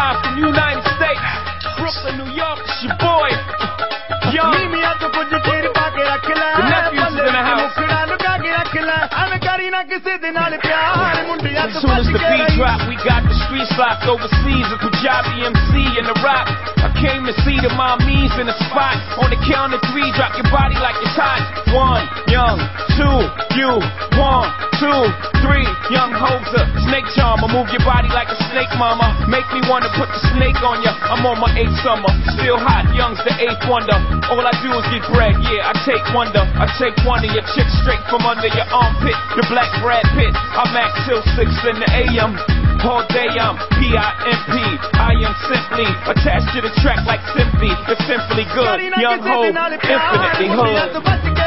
As soon as the beat dropped, we got the streets locked overseas. A Punjabi MC in the rock. I came to see the mommies in the spot. On the count of 3, drop your body like it's hot. 1, young, 2, you. 1, 2, 3, young hoser. Snake charmer, move your body like a snake, mama. Make me wanna put the snake on ya. I'm on my 8th summer, still hot. Young's the 8th wonder. All I do is get bread, yeah. I take wonder. I take one of your chicks straight from under your armpit. The black Brad Pitt. I'm at till 6 in the AM. All day I'm P-I-M-P. I am simply attached to the track like Symphony. It's simply good. Young Ho, infinitely hood.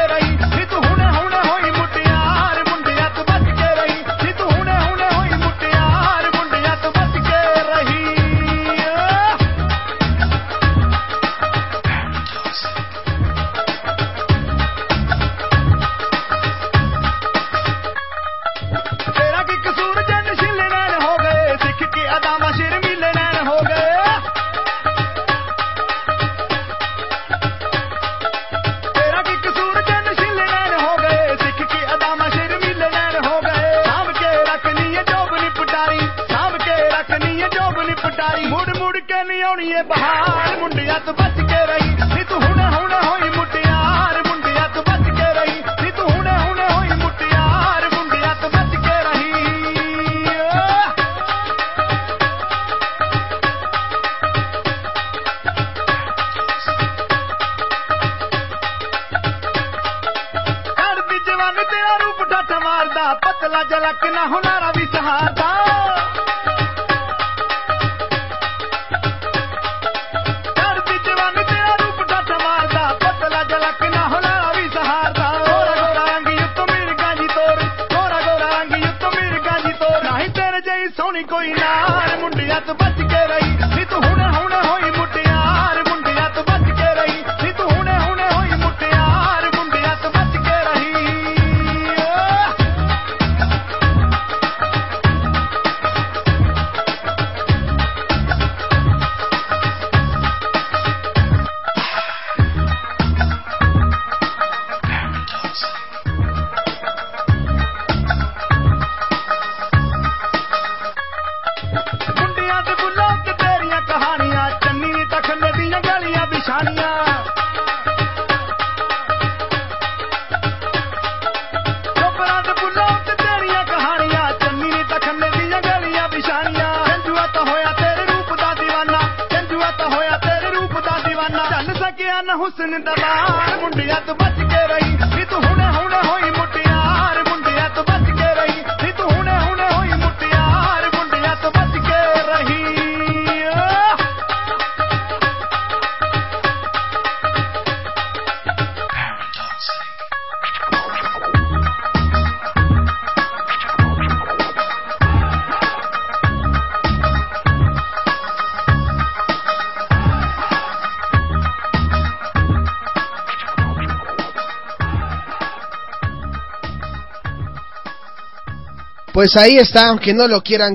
Pues ahí está, aunque no lo quieran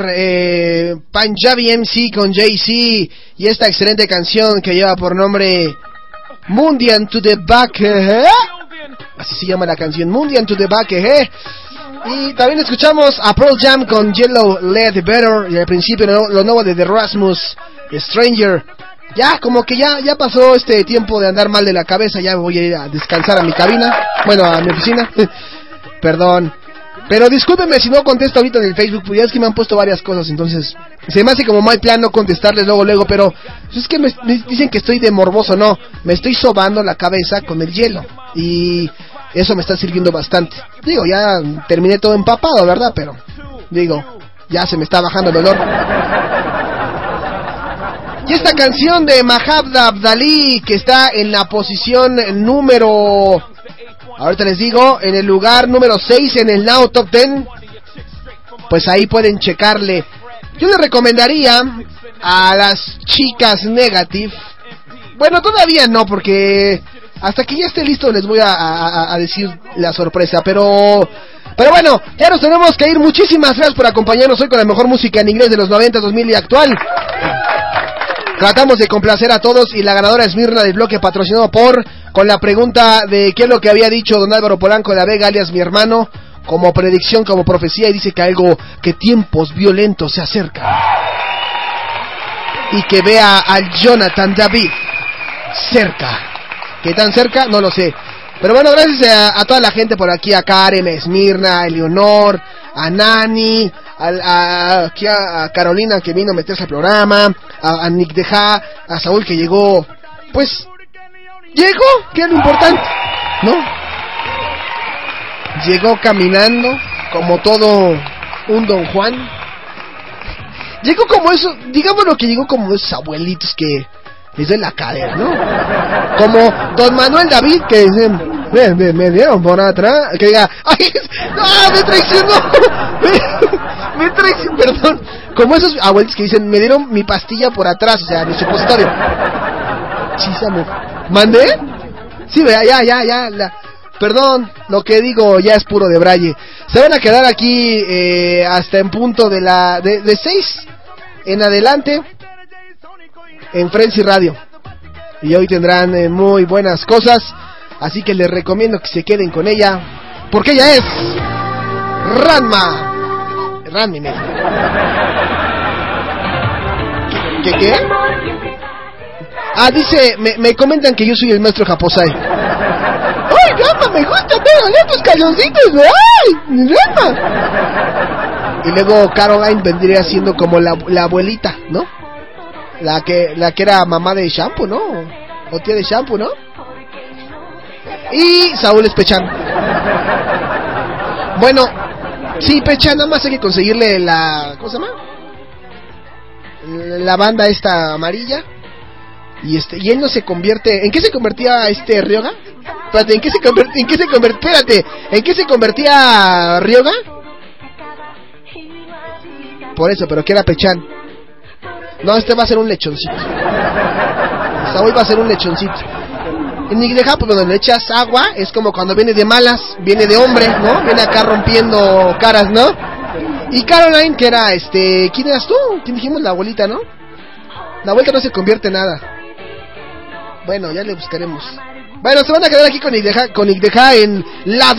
creer, Punjabi MC con Jay-Z y esta excelente canción que lleva por nombre Mundian to the Back, así se llama la canción, Mundian to the Back, y también escuchamos a Pearl Jam con Yellow Lead Better y al principio lo nuevo de The Rasmus, Stranger. Ya, como que ya pasó este tiempo de andar mal de la cabeza, ya voy a ir a descansar a mi cabina, bueno, a mi oficina, perdón. Pero discúlpenme si no contesto ahorita en el Facebook, porque ya es que me han puesto varias cosas, entonces se me hace como mal plan no contestarles luego, pero es que me dicen que estoy de morboso, no, me estoy sobando la cabeza con el hielo, y eso me está sirviendo bastante. Digo, ya terminé todo empapado, ¿verdad? Pero, digo, ya se me está bajando el olor. Y esta canción de Mahabda Abdali, que está en la posición número... ahorita les digo, en el lugar número 6 en el Now Top 10, pues ahí pueden checarle. Yo les recomendaría a las chicas Negative, bueno, todavía no, porque hasta que ya esté listo les voy a decir la sorpresa, pero bueno, ya nos tenemos que ir. Muchísimas gracias por acompañarnos hoy con la mejor música en inglés de los 90, 2000 y actual. Tratamos de complacer a todos y la ganadora es Mirna del bloque patrocinado por, con la pregunta de qué es lo que había dicho don Álvaro Polanco de la Vega, alias mi hermano, como predicción, como profecía, y dice que tiempos violentos se acercan. Y que vea al Jonathan David cerca. ¿Qué tan cerca? No lo sé. Pero bueno, gracias a toda la gente por aquí, a Karen, a Esmirna, a Eleonor, a Nani, aquí a Carolina que vino a meterse al programa, a Nick Deja, a Saúl que llegó, pues, que es lo importante, ¿no? Llegó caminando como todo un Don Juan. Llegó como eso, digamos lo que llegó como esos abuelitos que les doy la cadera, ¿no? Como Don Manuel David que dicen, me dieron por atrás, que diga, ay, no, me traicionó, me traicionó, perdón. Como esos abuelitos que dicen, me dieron mi pastilla por atrás, o sea, mi supositorio. Chísame. ¿Mandé? Sí, ya. Perdón, lo que digo ya es puro de braille. Se van a quedar aquí hasta en punto de 6 en adelante en Frenzy Radio. Y hoy tendrán muy buenas cosas, así que les recomiendo que se queden con ella, porque ella es Ranmi. ¿Qué? Dice, me comentan que yo soy el maestro Japosai. ¡Ay, Ranma, me gusta ver tus calzoncitos! ¡Ay, Ranma! Y luego Caroline vendría siendo como la abuelita, ¿no? La que era mamá de Shampoo, ¿no? O tía de Shampoo, ¿no? Y Saúl es Pechan. Bueno, sí, Pechan, nada más hay que conseguirle ¿cómo se llama? La banda esta amarilla. Y él no se convierte. ¿En qué se convertía Ryoga? Espérate, ¿en qué se convertía Ryoga? Por eso, pero que era Pechan. No, va a ser un lechoncito. Saúl va a ser un lechoncito. En Nick Deja, pues cuando le echas agua, es como cuando viene de malas, viene de hombre, ¿no? Viene acá rompiendo caras, ¿no? Y Caroline, que era ¿quién eras tú? ¿Quién dijimos? La abuelita, ¿no? La abuelita no se convierte en nada. Bueno, ya le buscaremos. Bueno, se van a quedar aquí con Nick Deja en La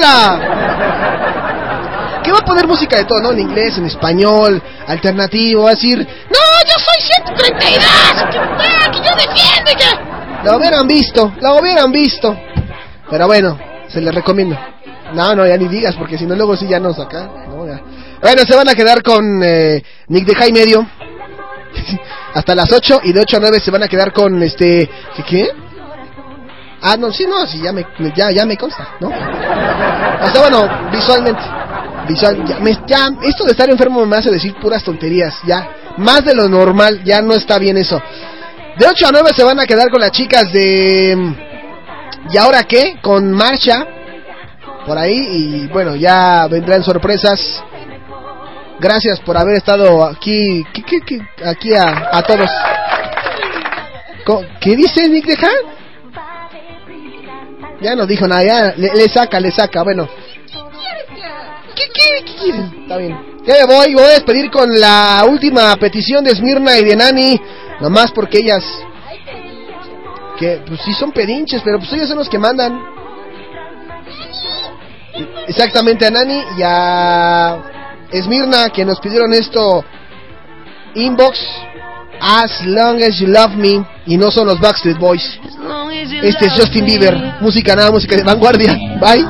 Drogola. Que va a poner música de todo, ¿no? En inglés, en español, alternativo, va a decir, ¡no, yo soy 132! ¡Que yo defiendo! Que... Lo hubieran visto. Pero bueno, se les recomiendo. No, ya ni digas, porque si no luego sí ya nos saca. No, ya. Bueno, se van a quedar con Nick Deja y medio. Hasta las 8, y de 8 a 9 se van a quedar con ¿qué? Sí, ya me consta, ¿no? O sea, bueno, visualmente. Esto de estar enfermo me hace decir puras tonterías, ya. Más de lo normal, ya no está bien eso. De 8 a 9 se van a quedar con las chicas de ¿Y ahora qué? Con Marcha por ahí, y bueno, ya vendrán sorpresas. Gracias por haber estado aquí. Aquí a todos. ¿Qué dice Nick Deja? Ya no dijo nada, ya le saca, bueno. ¿Qué quieres? Está bien. Ya me voy a despedir con la última petición de Esmirna y de Nani. Nomás porque ellas, que pues sí son pedinches, pero pues ellos son los que mandan. Exactamente, a Nani y a Esmirna, que nos pidieron esto inbox, As Long As You Love Me, y no son los Backstreet Boys. Este es Justin Bieber, música de vanguardia. Bye.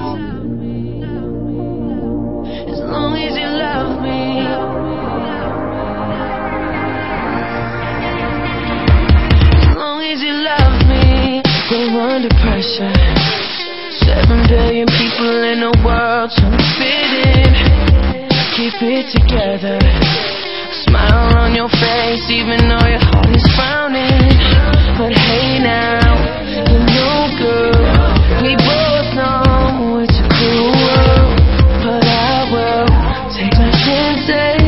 Under pressure, 7 billion people in the world trying to fit in. Keep it together, smile on your face even though your heart is frowning. But hey now, you're no good. We both know it's a cruel world, but I will take my chances.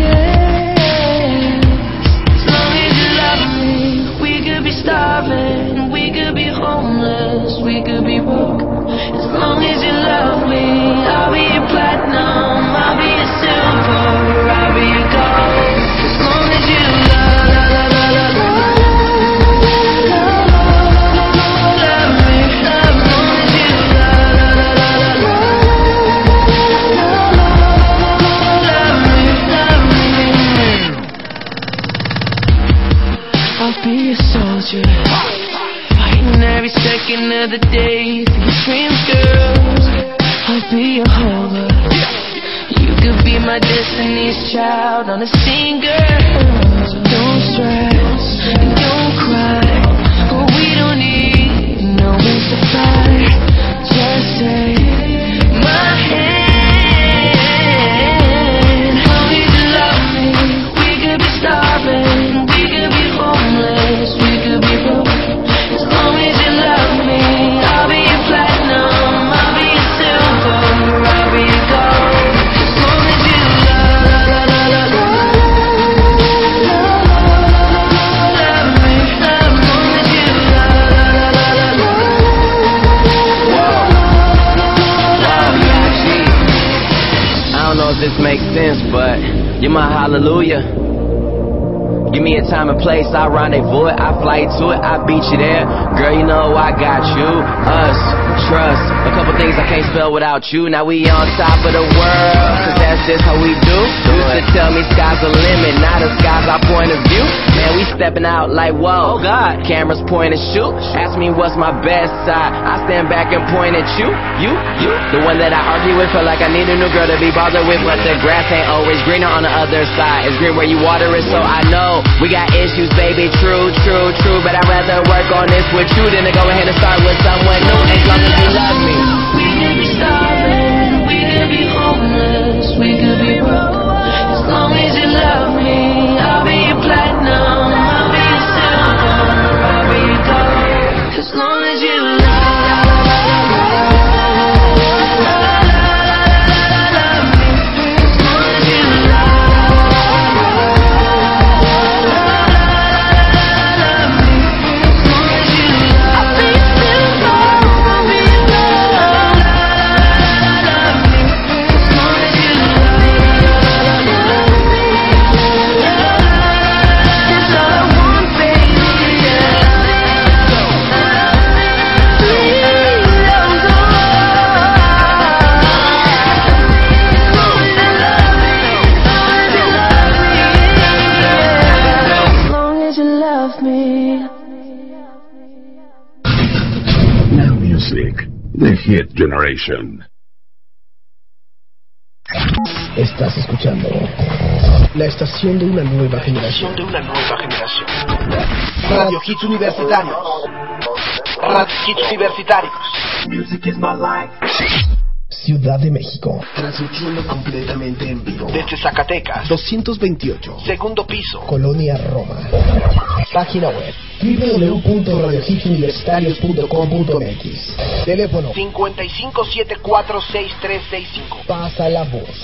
As long as you love me, we could be starving, we could be homeless, we could be broke. As long as you love me, I'll be your platinum, I'll be your silver, I'll be your gold. As long as you love I'll be a soldier, fighting every second of the day for your dreams, girls. I'll be a holder. You could be my destiny's child on a singer. So don't stress and don't cry. We don't need no wings to fly. Just take my hand. How you love me? We could be starving, we could be homeless, we could be broke. As long as you love me, I'll be your platinum, I'll be your silver, I'll be your gold. As long as you love me, as long as you I don't know if this makes sense, but you're my hallelujah. Give me a time and place, I rendezvous it, I fly to it, I beat you there. Girl, you know I got you, us, trust. A couple things I can't spell without you. Now we on top of the world, cause that's just how we do. Used to tell me sky's the limit, now the sky's our point of view. Man, we stepping out like whoa, oh God. Cameras point and shoot. Ask me what's my best side, I stand back and point at you. You, the one that I argue with, feel like I need a new girl to be bothered with. But the grass ain't always greener on the other side. It's green where you water it, so I know we got issues, baby, true. But I'd rather work on this with you than to go ahead and start with someone new. As long as you love me. We could be starving, we could be homeless, we could be broke. As long as you love me, I'll be your platinum, I'll be your silver, I'll be your gold. As long as you love me. Now Music, The Hit Generation. Estás escuchando la estación de una nueva generación. Radio Hits Universitarios. Radio Hits Universitarios. Music is my life. Ciudad de México, transmitiendo completamente en vivo desde Zacatecas, 228, segundo piso, Colonia Roma. Página web www.radiohitsuniversitarios.com.mx. Teléfono 55746365. Pasa la voz.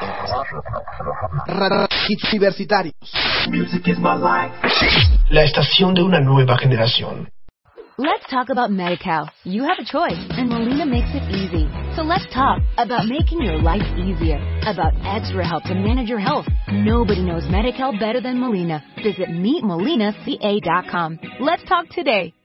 Radio Hits Universitarios. Music is my life. La estación de una nueva generación. Let's talk about Medi-Cal. You have a choice, and Molina makes it easy. So let's talk about making your life easier, about extra help to manage your health. Nobody knows Medi-Cal better than Molina. Visit meetmolinaca.com. Let's talk today.